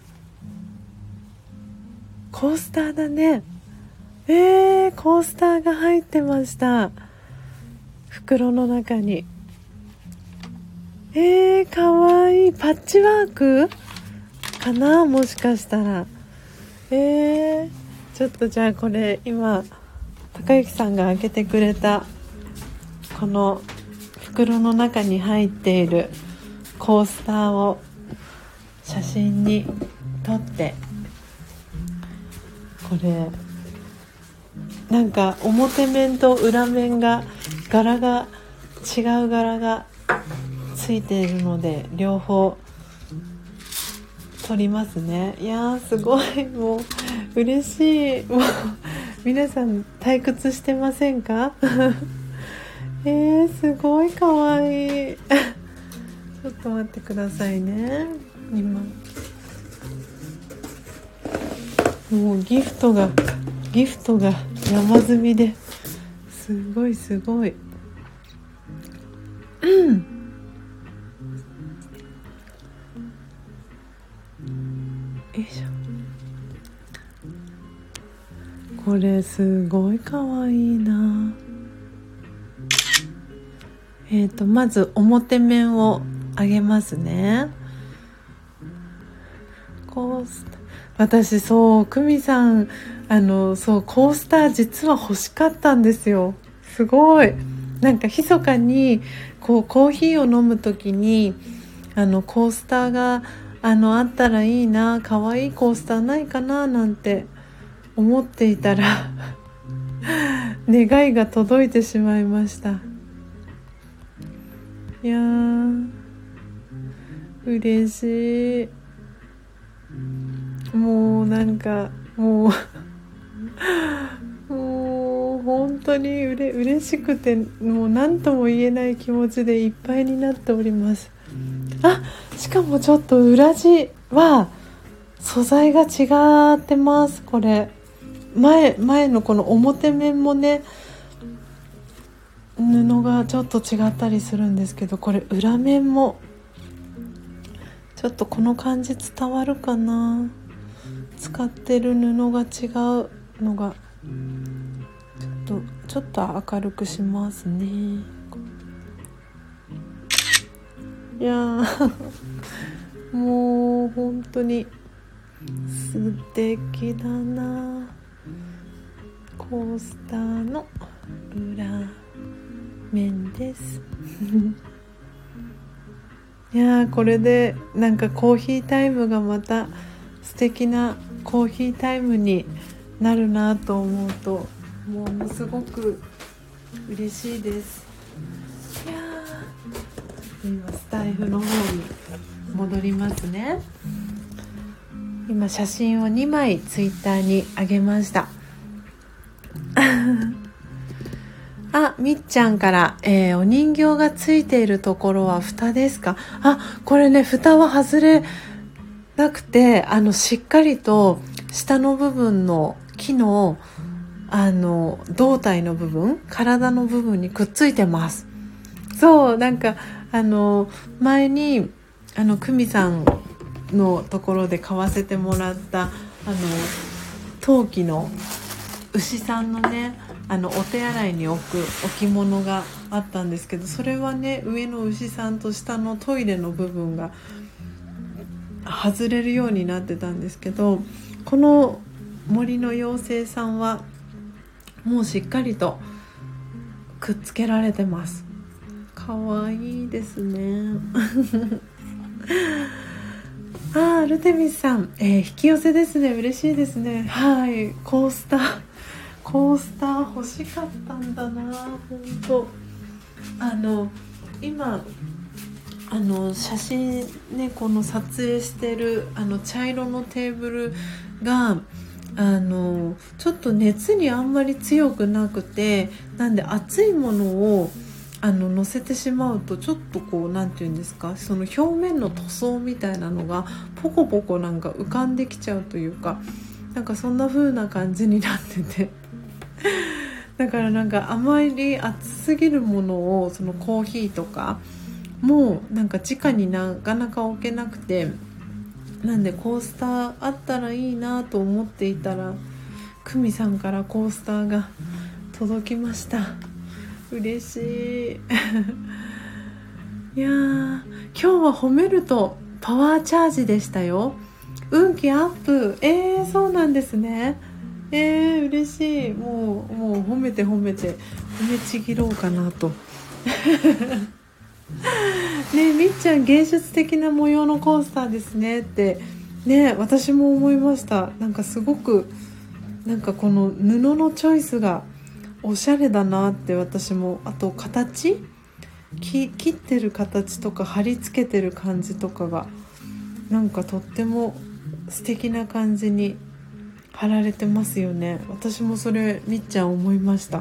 コースターだね。えー、コースターが入ってました。袋の中に。えー、かわいい。パッチワークかな、もしかしたら。えー、ちょっとじゃあこれ今高幸さんが開けてくれたこの袋の中に入っているコースターを写真に撮って、これなんか表面と裏面が柄が違う柄がついているので両方撮りますね。いやーすごい、もう嬉しい。もう皆さん退屈してませんか？えー、すごいかわいい。ちょっと待ってくださいね。今もうギフトがギフトが山積みですごいすごい。うん。よいしょ。これすごいかわいいな。えーとまず表面を上げますね。コースター、私そう久美さんあのそうコースター実は欲しかったんですよ。すごいなんか密かにこうコーヒーを飲むときにあのコースターがあのあったらいいな、可愛いコースターないかななんて思っていたら願いが届いてしまいました。いやー嬉しい。もうなんかもうもう本当にうれ嬉しくて、もう何とも言えない気持ちでいっぱいになっております。あ、しかもちょっと裏地は素材が違ってます。これ前前のこの表面もね布がちょっと違ったりするんですけど、これ裏面もちょっとこの感じ伝わるかな。使ってる布が違うのがちょっとちょっと明るくしますね。いやーもう本当に素敵だな。コースターの裏面ですいやーこれでなんかコーヒータイムがまた素敵なコーヒータイムになるなと思うとものすごく嬉しいです。いやー今スタイフの方に戻りますね。今写真をにまいツイッターに上げましたあ、みっちゃんから、えー、お人形がついているところは蓋ですか？あ、これね蓋は外れなくて、あのしっかりと下の部分の木のあの胴体の部分、体の部分にくっついてます。そうなんかあの前にあの久美さんのところで買わせてもらったあの陶器の牛さんのねあのお手洗いに置く置物があったんですけど、それはね上の牛さんと下のトイレの部分が外れるようになってたんですけど、この森の妖精さんはもうしっかりとくっつけられてます。かわいいですねあーアルテミスさん、えー、引き寄せですね。嬉しいですね。はい、コースターコースター欲しかったんだな。本当あの今あの写真ね、この撮影してるあの茶色のテーブルがあのちょっと熱にあんまり強くなくて、なんで熱いものをあの乗せてしまうとちょっとこうなんていうんですか、その表面の塗装みたいなのがポコポコなんか浮かんできちゃうというか、なんかそんな風な感じになっててだからなんかあまり熱すぎるものを、そのコーヒーとかもうなんか直になかなか置けなくて、なんでコースターあったらいいなと思っていたら、久美さんからコースターが届きました。嬉しいいやー、今日は褒めるとパワーチャージでしたよ。運気アップ。えー、そうなんですね。えー、嬉しい。もうもう褒めて褒めて褒めちぎろうかなとねえ、みっちゃん芸術的な模様のコースターですねってね、私も思いました。なんかすごくなんかこの布のチョイスがおしゃれだなって。私もあと形き切ってる形とか貼り付けてる感じとかがなんかとっても素敵な感じに貼られてますよね。私もそれみっちゃん思いました。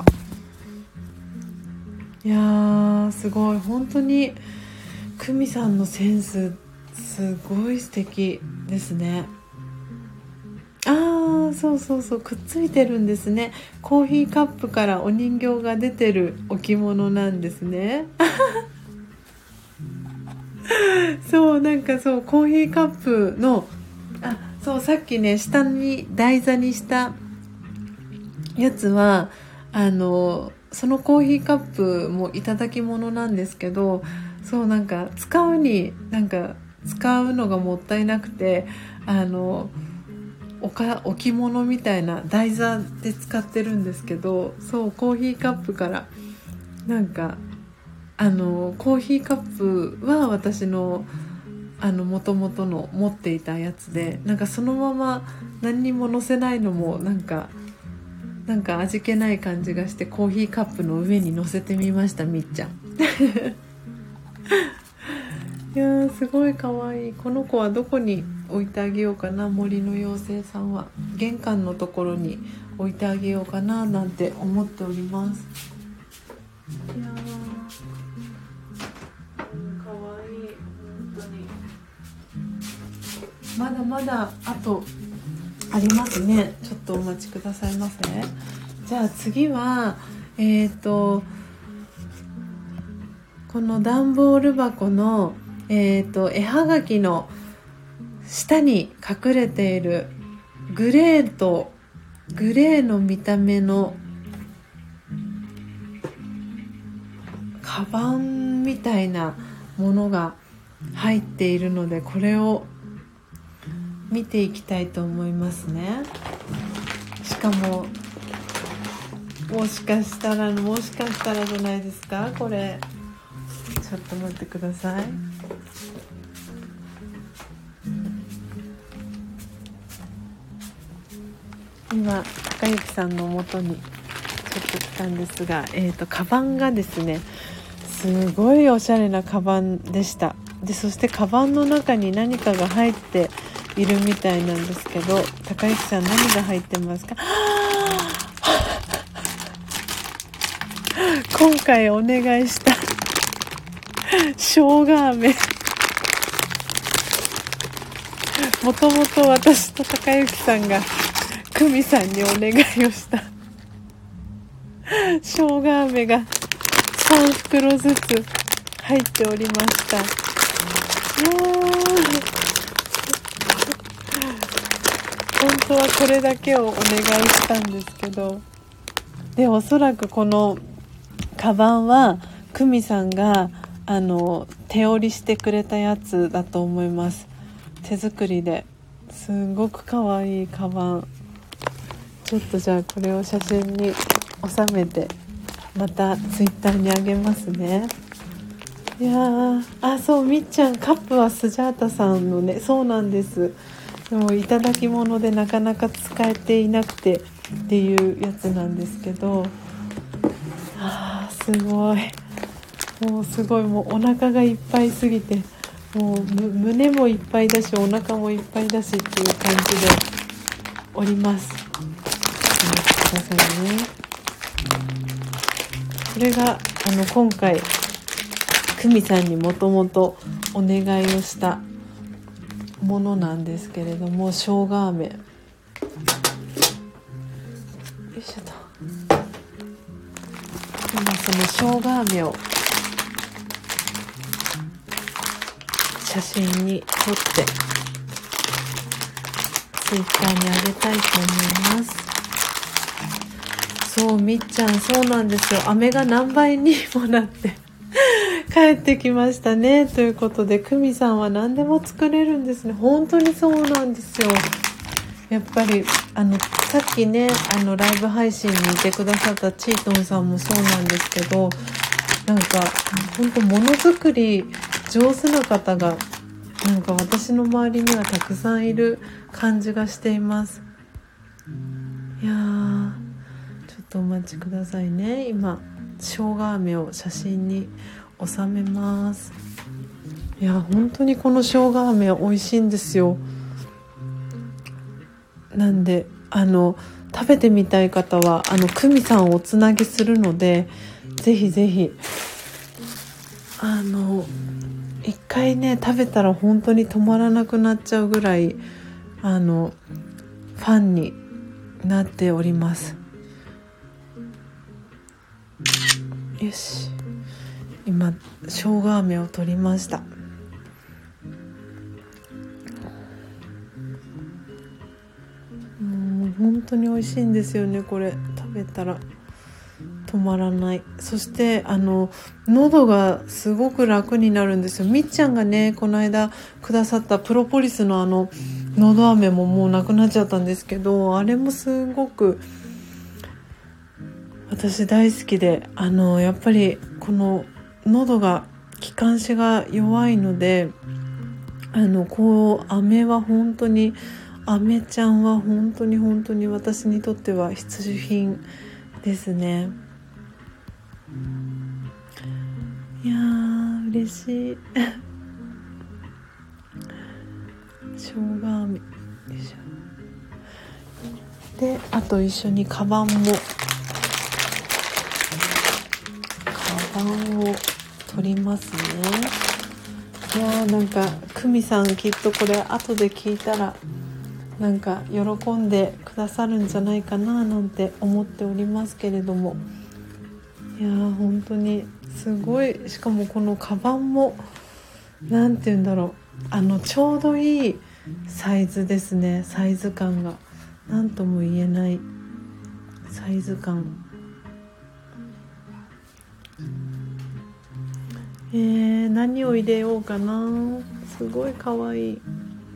いやーすごい、本当に久美さんのセンスすごい素敵ですね。あーそうそうそう、くっついてるんですね。コーヒーカップからお人形が出てる置物なんですねそうなんかそうコーヒーカップのあそうさっきね下に台座にしたやつはあのそのコーヒーカップもいただき物なんですけど、そうなんか使うになんか使うのがもったいなくて、あのおか置物みたいな台座で使ってるんですけど、そうコーヒーカップからなんかあのコーヒーカップは私のあの元々の持っていたやつで、なんかそのまま何にも乗せないのもなんかなんか味気ない感じがして、コーヒーカップの上に乗せてみました。みっちゃんいやーすごいかわいい。この子はどこに置いてあげようかな。森の妖精さんは玄関のところに置いてあげようかななんて思っております。いやーかわいい。本当にまだまだあとありますね。ちょっとお待ちくださいませ。じゃあ次はえーとこの段ボール箱のえーと絵はがきの下に隠れているグレーとグレーの見た目のカバンみたいなものが入っているので、これを見ていきたいと思いますね。しかももしかしたらもしかしたらじゃないですか。これちょっと待ってください。今高之さんの元にちょっと来たんですが、えーとカバンがですね、すごいおしゃれなカバンでした。でそしてカバンの中に何かが入っているみたいなんですけど、高之さん何が入ってますか？今回お願いした生姜飴、もともと私と高之さんが久美さんにお願いをした生姜飴がさん袋ずつ入っておりました。いや本当はこれだけをお願いしたんですけど、 でおそらくこのカバンは久美さんがあの手織りしてくれたやつだと思います。手作りですごくかわいいカバン。ちょっとじゃあこれを写真に収めてまたツイッターにあげますね。いやー、あ、そうみっちゃんカップはスジャータさんのね。そうなんです。でもいただき物でなかなか使えていなくてっていうやつなんですけど、あーすごい、もうすごい、もうお腹がいっぱいすぎて、もう胸もいっぱいだしお腹もいっぱいだしっていう感じでおります。待ってくださいね。これがあの今回久美さんにもともとお願いをしたものなんですけれども、生姜飴、よいしょと。今その生姜飴を写真に撮ってツイッターにあげたいと思います。そうみっちゃん、そうなんですよ。飴が何倍にもなって帰ってきましたね。ということで久美さんは何でも作れるんですね。本当にそうなんですよ。やっぱりあのさっきねあのライブ配信にいてくださったチートンさんもそうなんですけど、なんか本当ものづくり上手な方がなんか私の周りにはたくさんいる感じがしています。いやー、ちょっとお待ちくださいね。今生姜飴を写真に収めます。いや本当にこの生姜飴は美味しいんですよ。なんであの食べてみたい方はあの久美さんをおつなぎするので、ぜひぜひあの一回ね食べたら本当に止まらなくなっちゃうぐらいあのファンになっております。よし、今生姜飴を取りました。もう本当に美味しいんですよね。これ食べたら止まらない。そしてあの喉がすごく楽になるんですよ。みっちゃんがねこの間くださったプロポリスのあの喉飴ももうなくなっちゃったんですけど、あれもすごく私大好きで、あのやっぱりこの喉が気管支が弱いので、あのこう飴は本当に飴ちゃんは本当に本当に私にとっては必需品ですね。いやー嬉しい生姜飴、よいしょ。であと一緒にカバンもカバンを取りますね。いやーなんか久美さんきっとこれ後で聞いたらなんか喜んでくださるんじゃないかななんて思っておりますけれども、いやー本当にすごい。しかもこのカバンもなんて言うんだろう、あのちょうどいいサイズですね。サイズ感がなんとも言えないサイズ感。えー、何を入れようかな。すごいかわいい。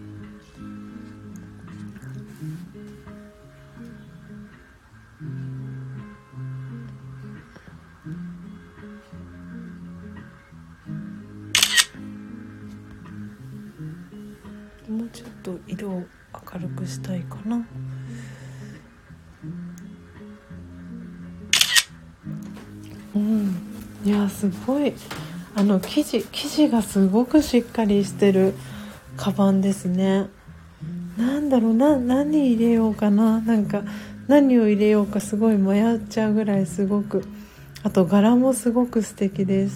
もうちょっと色を明るくしたいかな。うん、いやすごい、あの生地生地がすごくしっかりしてるカバンですね。なんだろうな、何入れようかな。なんか何を入れようかすごい迷っちゃうぐらいすごく、あと柄もすごく素敵です。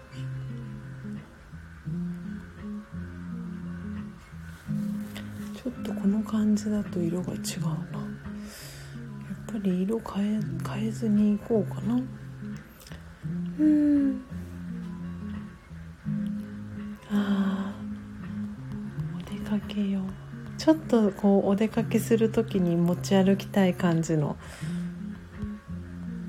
ちょっとこの感じだと色が違うな。やっぱり色変え、変えずにいこうかな。うーん、あー、お出かけよ。ちょっとこうお出かけするときに持ち歩きたい感じの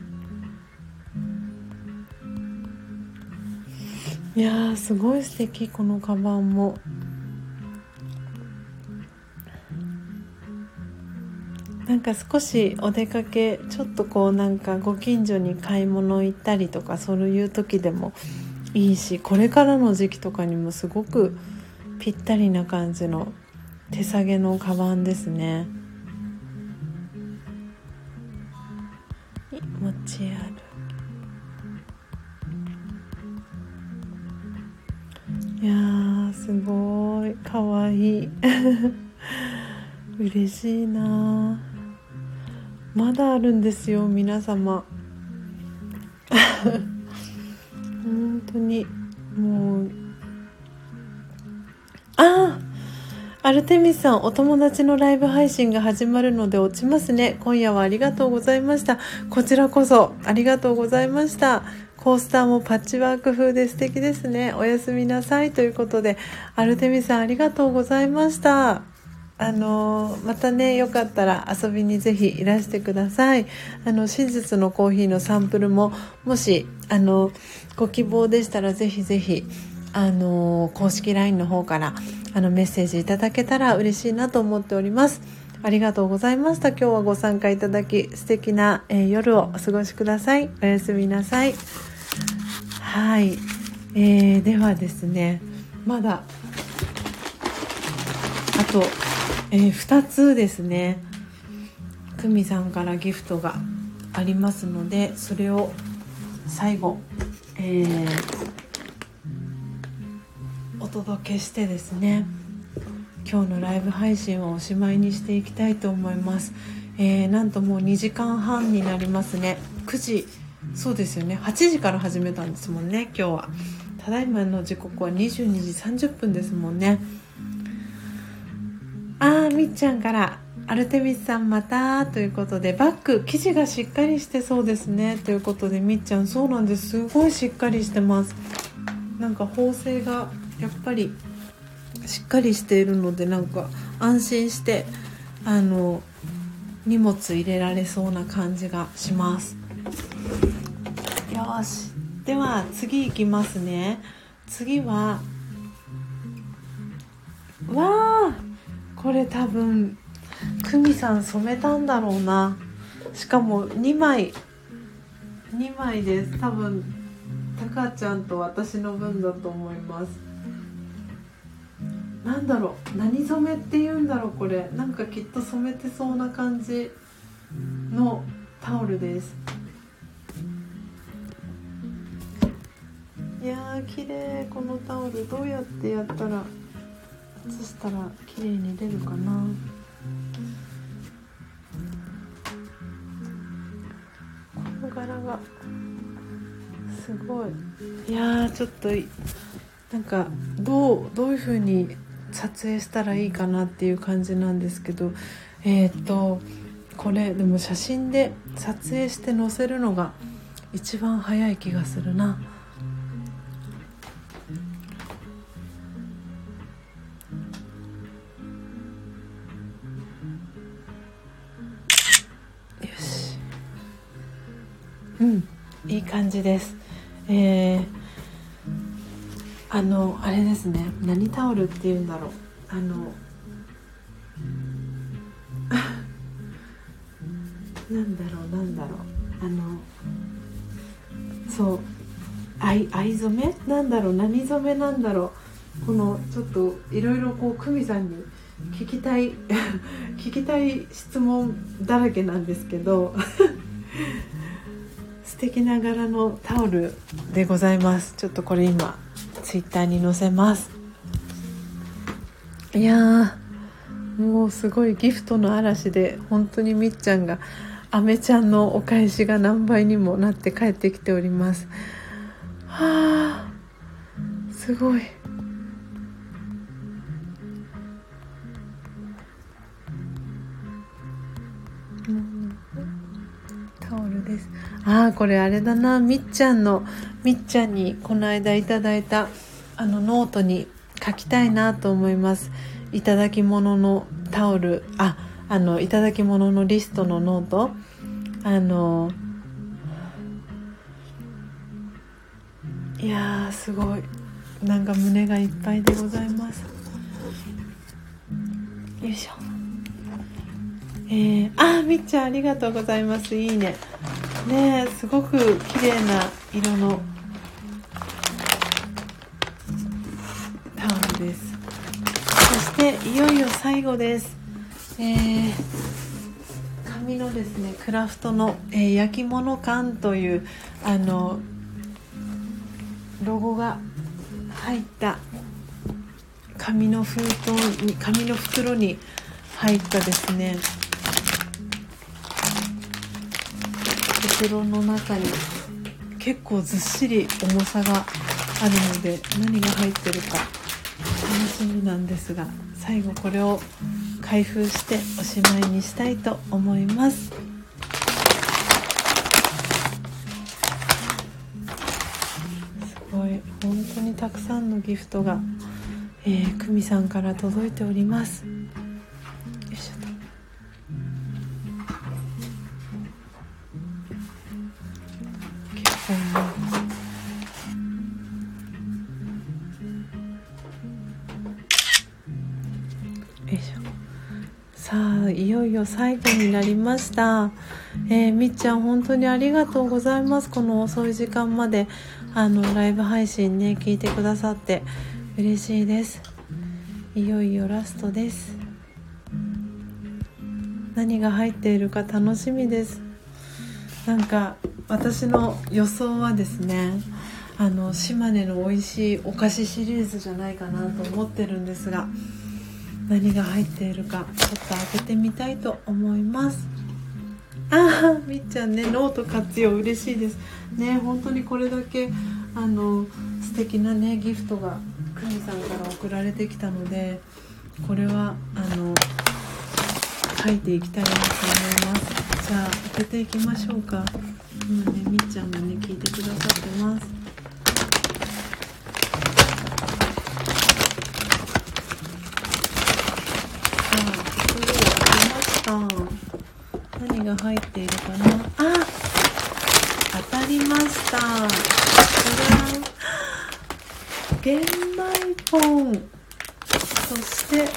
いやーすごい素敵、このカバンも。なんか少しお出かけ、ちょっとこうなんかご近所に買い物行ったりとか、そういう時でもいいし、これからの時期とかにもすごくぴったりな感じの手提げのカバンですね。持ち歩き、いやーすごいかわいい嬉しいな。まだあるんですよ皆様本当にもう。あアルテミスさん、お友達のライブ配信が始まるので落ちますね。今夜はありがとうございました。こちらこそありがとうございました。コースターもパッチワーク風で素敵ですね。おやすみなさいということで、アルテミスさんありがとうございました。あのまたね、よかったら遊びにぜひいらしてください。あの真実のコーヒーのサンプルももしあのご希望でしたらぜひぜひあの公式 ライン の方からあのメッセージいただけたら嬉しいなと思っております。ありがとうございました。今日はご参加いただき素敵な、えー、夜をお過ごしください。おやすみなさい。はい、えー、ではですね、まだあとえー、ふたつですね、久美さんからギフトがありますので、それを最後、えー、お届けしてですね、今日のライブ配信をおしまいにしていきたいと思います。えー、なんともうにじかんはんになりますね。くじ、そうですよね、はちじから始めたんですもんね。今日はただいまの時刻はにじゅうにじさんじゅっぷんですもんね。あーみっちゃんからアルテミスさんまたということで、バッグ生地がしっかりしてそうですねということで、みっちゃんそうなんです、すごいしっかりしてます。なんか縫製がやっぱりしっかりしているので、なんか安心してあの荷物入れられそうな感じがします。よし、では次いきますね。次はわー、これ多分久美さん染めたんだろうな。しかもにまいにまいです。多分たかちゃんと私の分だと思います。なんだろう、何染めって言うんだろう、これなんかきっと染めてそうな感じのタオルです。いやー綺麗、このタオルどうやってやったら写したら綺麗に出るかな。この柄がすごい。いやーちょっとなんかどうどういう風に撮影したらいいかなっていう感じなんですけど、えー、っとこれでも写真で撮影して載せるのが一番早い気がするな。よし、うんいい感じです。えー、あのあれですね、何タオルっていうんだろう、あのなんだろうなんだろうあのそう藍藍染めなんだろう、何染めなんだろう。このちょっといろいろこう久美さんに聞きたい聞きたい質問だらけなんですけど素敵な柄のタオルでございます。ちょっとこれ今ツイッターに載せます。いやーもうすごいギフトの嵐で、本当にみっちゃんがアメちゃんのお返しが何倍にもなって帰ってきております。はあすごい。タオルです。ああこれあれだな、みっちゃんのみっちゃんにこの間いただいたあのノートに書きたいなと思います。いただき物のタオル、ああのいただき物のリストのノート、あのいやーすごいなんか胸がいっぱいでございます。よいしょ。えー、あーみっちゃんありがとうございます。いいね。ねえ、すごく綺麗な色のタオルです。そしていよいよ最後です。えー、紙のですねクラフトの、えー、焼き物缶というあのロゴが入った紙の封筒に紙の袋に入ったですね袋の中に結構ずっしり重さがあるので何が入ってるか楽しみなんですが、最後これを開封しておしまいにしたいと思います。すごい本当にたくさんのギフトが、えー、久美さんから届いております。よいしょと。結構ねよいしょ。さあいよいよ最後になりました。えー、みっちゃん本当にありがとうございます。この遅い時間まであのライブ配信ね聞いてくださって嬉しいです。いよいよラストです。何が入っているか楽しみです。なんか私の予想はですね、あの島根の美味しいお菓子シリーズじゃないかなと思ってるんですが、何が入っているかちょっと開けてみたいと思います。あーみっちゃんね、ノート活用嬉しいですね。本当にこれだけあの素敵なねギフトが久美さんから送られてきたので、これはあの書いていきたいなと思います。じゃあ開けていきましょうか。今ねみっちゃんがね聞いてくださってます。何が入っているかな。あ、当たりました。玄米ポン、そして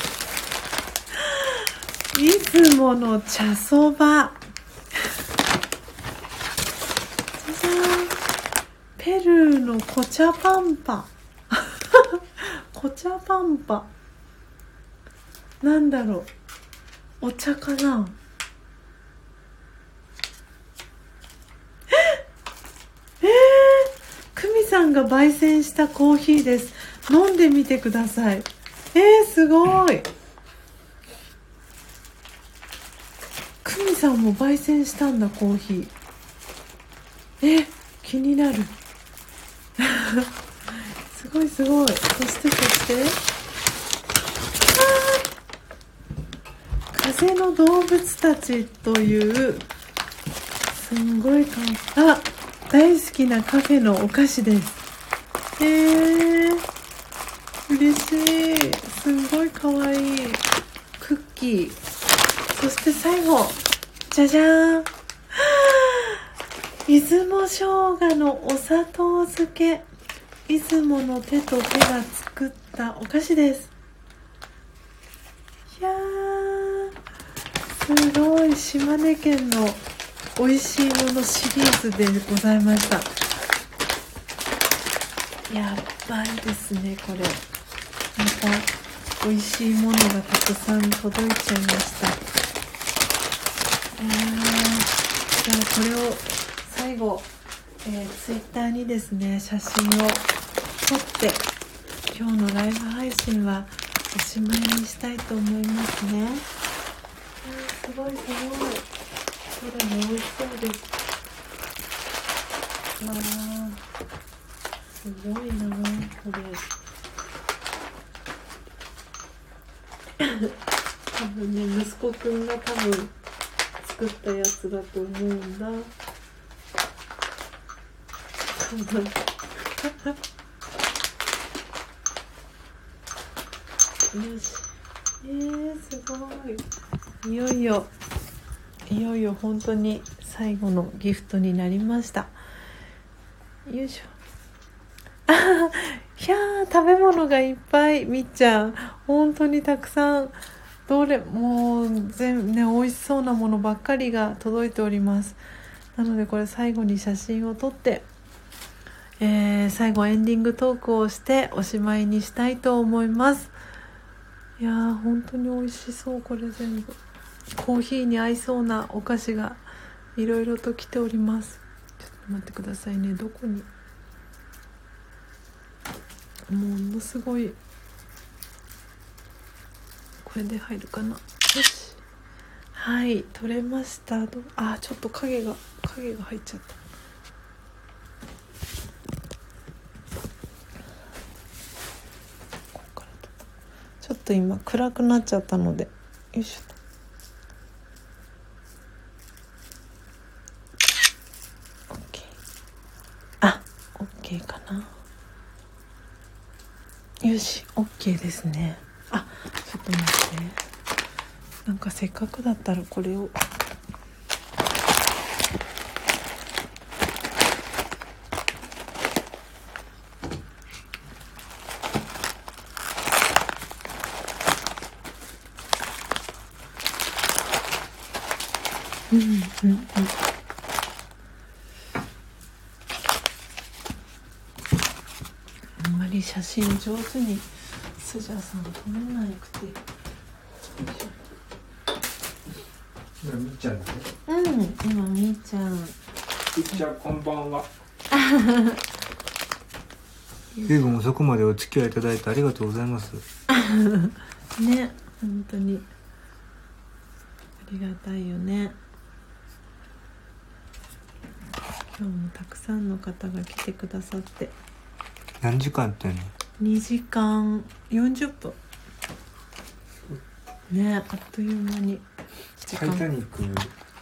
出雲の茶そば、じゃじゃん、ペルーのコチャパンパコチャパンパなんだろう、お茶かな。えー、久美さんが焙煎したコーヒーです。飲んでみてください。えー、すごい。久美さんも焙煎したんだコーヒー。え、気になるすごいすごい。そしてそして風の動物たちというすんごいかわいい、あ、大好きなカフェのお菓子です。えー、嬉しい。すんごいかわいいクッキー。そして最後、じゃじゃーん、出雲生姜のお砂糖漬け、出雲の手と手が作ったお菓子です。いやー、すごい。島根県の美味しいものシリーズでございました。やばいですねこれ。また美味しいものがたくさん届いちゃいました。えー、じゃあこれを最後、えー、ツイッターにですね写真を撮って今日のライブ配信はおしまいにしたいと思いますね。えー、すごいすごい。これも美味しそうです。わー、すごいなこれ多分ね息子くんが多分作ったやつだと思うんだ。よし、えー、すごい。いよいよいよいよ本当に最後のギフトになりました。よいしょ。あ、ひキャー、食べ物がいっぱい。みっちゃん本当にたくさん、どれもう全部ね、美味しそうなものばっかりが届いております。なのでこれ最後に写真を撮って、えー、最後エンディングトークをしておしまいにしたいと思います。いやー本当に美味しそう。これ全部コーヒーに合いそうなお菓子がいろいろと来ております。ちょっと待ってくださいね。どこに、ものすごい、これで入るかな。よし、はい、取れました。どあ、ちょっと影が影が入っちゃった。ここからちょっと今暗くなっちゃったので、よいしょと。あ、OK かな。よし、OK ですね。あ、ちょっと待って、なんかせっかくだったらこれをうんうんうん、あんまり写真上手にスジャさん撮れなくて。 今みっちゃんだね。 うん、今みーちゃん。 みっちゃんこんばんは。 随分遅くまでお付き合いいただいてありがとうございます。 ね、本当にありがたいよね。今日もたくさんの方が来てくださって。 何時間ってんの？ にじかんよんじゅっぷんね、あっという間に時間。 タイタニック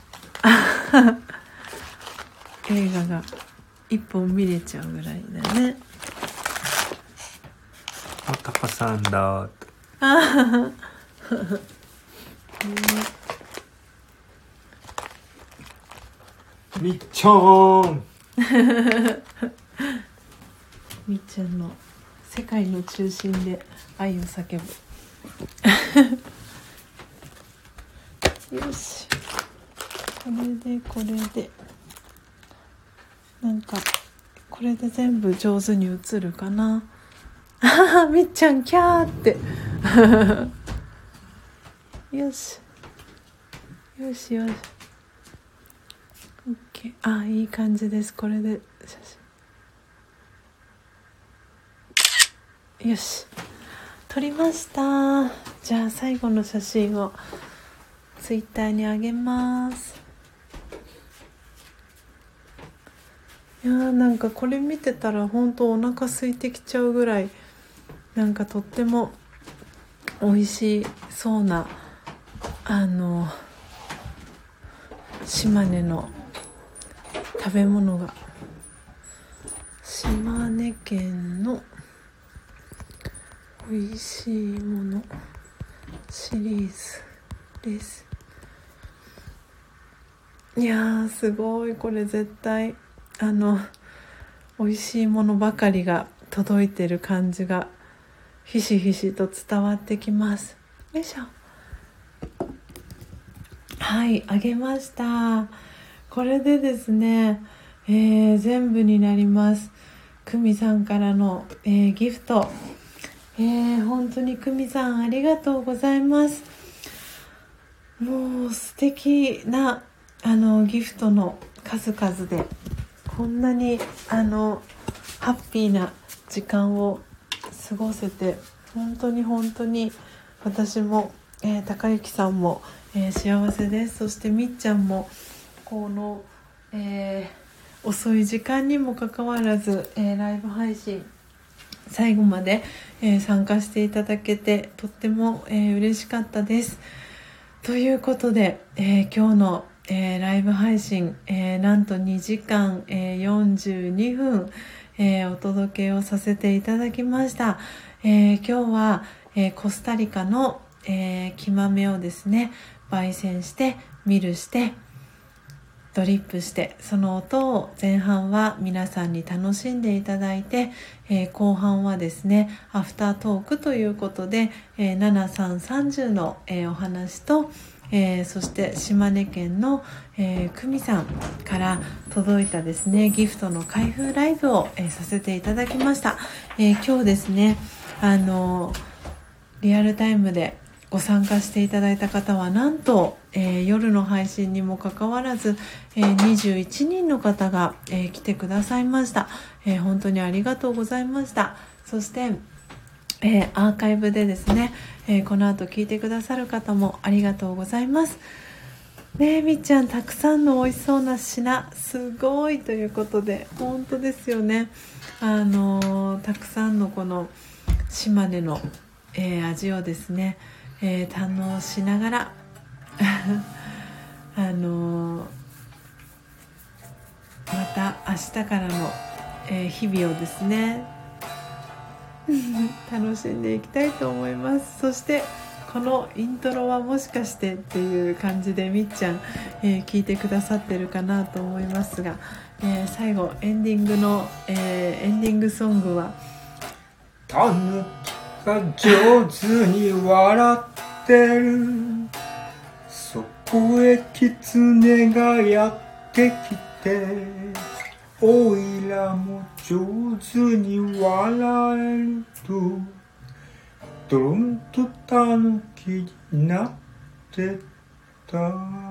映画が一本見れちゃうぐらいだね。 おタカさんだーと。 あみっちゃんみっちゃんの世界の中心で愛を叫ぶ。よし、これでこれでなんかこれで全部上手に映るかな。あみっちゃんキャーってよしよしよし、 OK。 あ、いい感じです。これで写真よし、撮りました。じゃあ最後の写真をツイッターにあげます。いやーなんかこれ見てたら本当お腹空いてきちゃうぐらい、なんかとっても美味しそうなあの島根の食べ物が、島根県の美味しいものシリーズです。いやーすごい、これ絶対あの美味しいものばかりが届いてる感じがひしひしと伝わってきます。よいしょ。はい、あげました。これでですね、えー、全部になります。久美さんからの、えー、ギフト、えー、本当に久美さんありがとうございます。もう素敵なあのギフトの数々でこんなにあのハッピーな時間を過ごせて、本当に本当に私も、えー、高幸さんも、えー、幸せです。そしてみっちゃんもこの、えー、遅い時間にもかかわらず、えー、ライブ配信最後まで、えー、参加していただけてとっても、えー、嬉しかったです。ということで、えー、今日の、えー、ライブ配信、えー、なんとにじかん、えー、よんじゅうにふん、えー、お届けをさせていただきました。えー、今日は、えー、コスタリカの、えー、木豆をですね焙煎してミルしてドリップして、その音を前半は皆さんに楽しんでいただいて、えー、後半はですねアフタートークということで、えー、ななさんさんじゅうの、えー、お話と、えー、そして島根県の、えー、久美さんから届いたですねギフトの開封ライブを、えー、させていただきました。えー、今日ですねあのー、リアルタイムでご参加していただいた方はなんと、えー、夜の配信にもかかわらず、えー、にじゅういちにんの方が、えー、来てくださいました。えー、本当にありがとうございました。そして、えー、アーカイブでですね、えー、この後聞いてくださる方もありがとうございますね。えみっちゃんたくさんの美味しそうな品すごいということで本当ですよね。あのー、たくさんのこの島根の、えー、味をですねえー、堪能しながらあのー、また明日からの、えー、日々をですね楽しんでいきたいと思います。そしてこのイントロはもしかしてっていう感じでみっちゃん、えー、聞いてくださってるかなと思いますが、えー、最後エンディングの、えー、エンディングソングはたぬきが上手に笑ってる、そこへ狐がやってきて、おいらも上手に笑えるとドロンとたぬきになってた。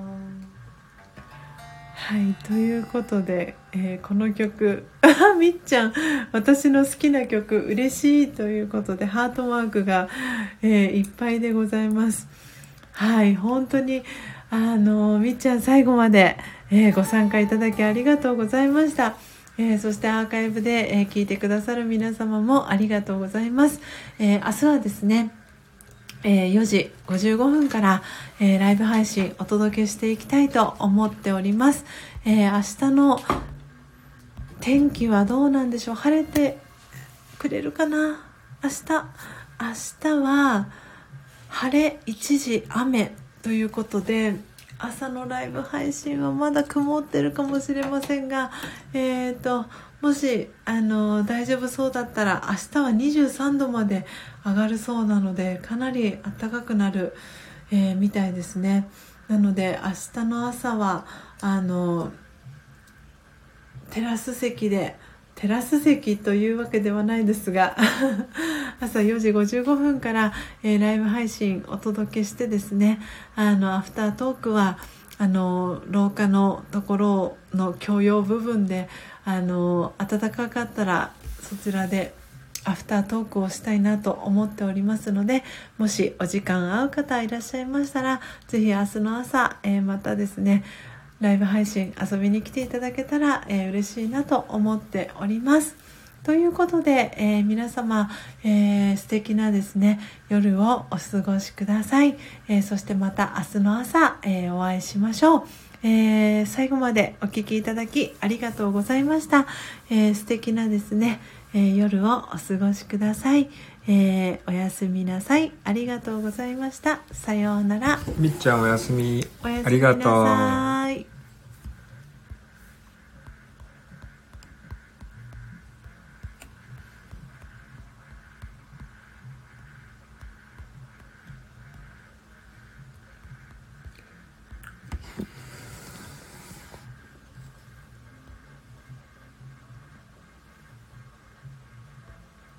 はい、ということで、えー、この曲みっちゃん私の好きな曲嬉しいということでハートマークが、えー、いっぱいでございます。はい、本当にあのみっちゃん最後まで、えー、ご参加いただきありがとうございました。えー、そしてアーカイブで、えー、聞いてくださる皆様もありがとうございます。えー、明日はですねえー、よじごじゅうごふんから、えー、ライブ配信お届けしていきたいと思っております。えー、明日の天気はどうなんでしょう。晴れてくれるかな。明日明日は晴れ一時雨ということで、朝のライブ配信はまだ曇ってるかもしれませんが、えーともしあの大丈夫そうだったら明日はにじゅうさんどまで上がるそうなので、かなり暖かくなる、えー、みたいですね。なので明日の朝はあのテラス席でテラス席というわけではないですが朝よじごじゅうごふんから、えー、ライブ配信お届けしてですね、あのアフタートークはあの廊下のところの共用部分であの暖かかったらそちらでアフタートークをしたいなと思っておりますので、もしお時間合う方いらっしゃいましたらぜひ明日の朝、えー、またですねライブ配信遊びに来ていただけたら、えー、嬉しいなと思っております。ということで、えー、皆様、えー、素敵なですね夜をお過ごしください。えー、そしてまた明日の朝、えー、お会いしましょう。えー、最後までお聞きいただきありがとうございました。えー、素敵なですね、えー、夜をお過ごしください。えー、おやすみなさい。ありがとうございました。さようなら。 みっちゃんおやすみ。 おやすみなさい。 ありがとう。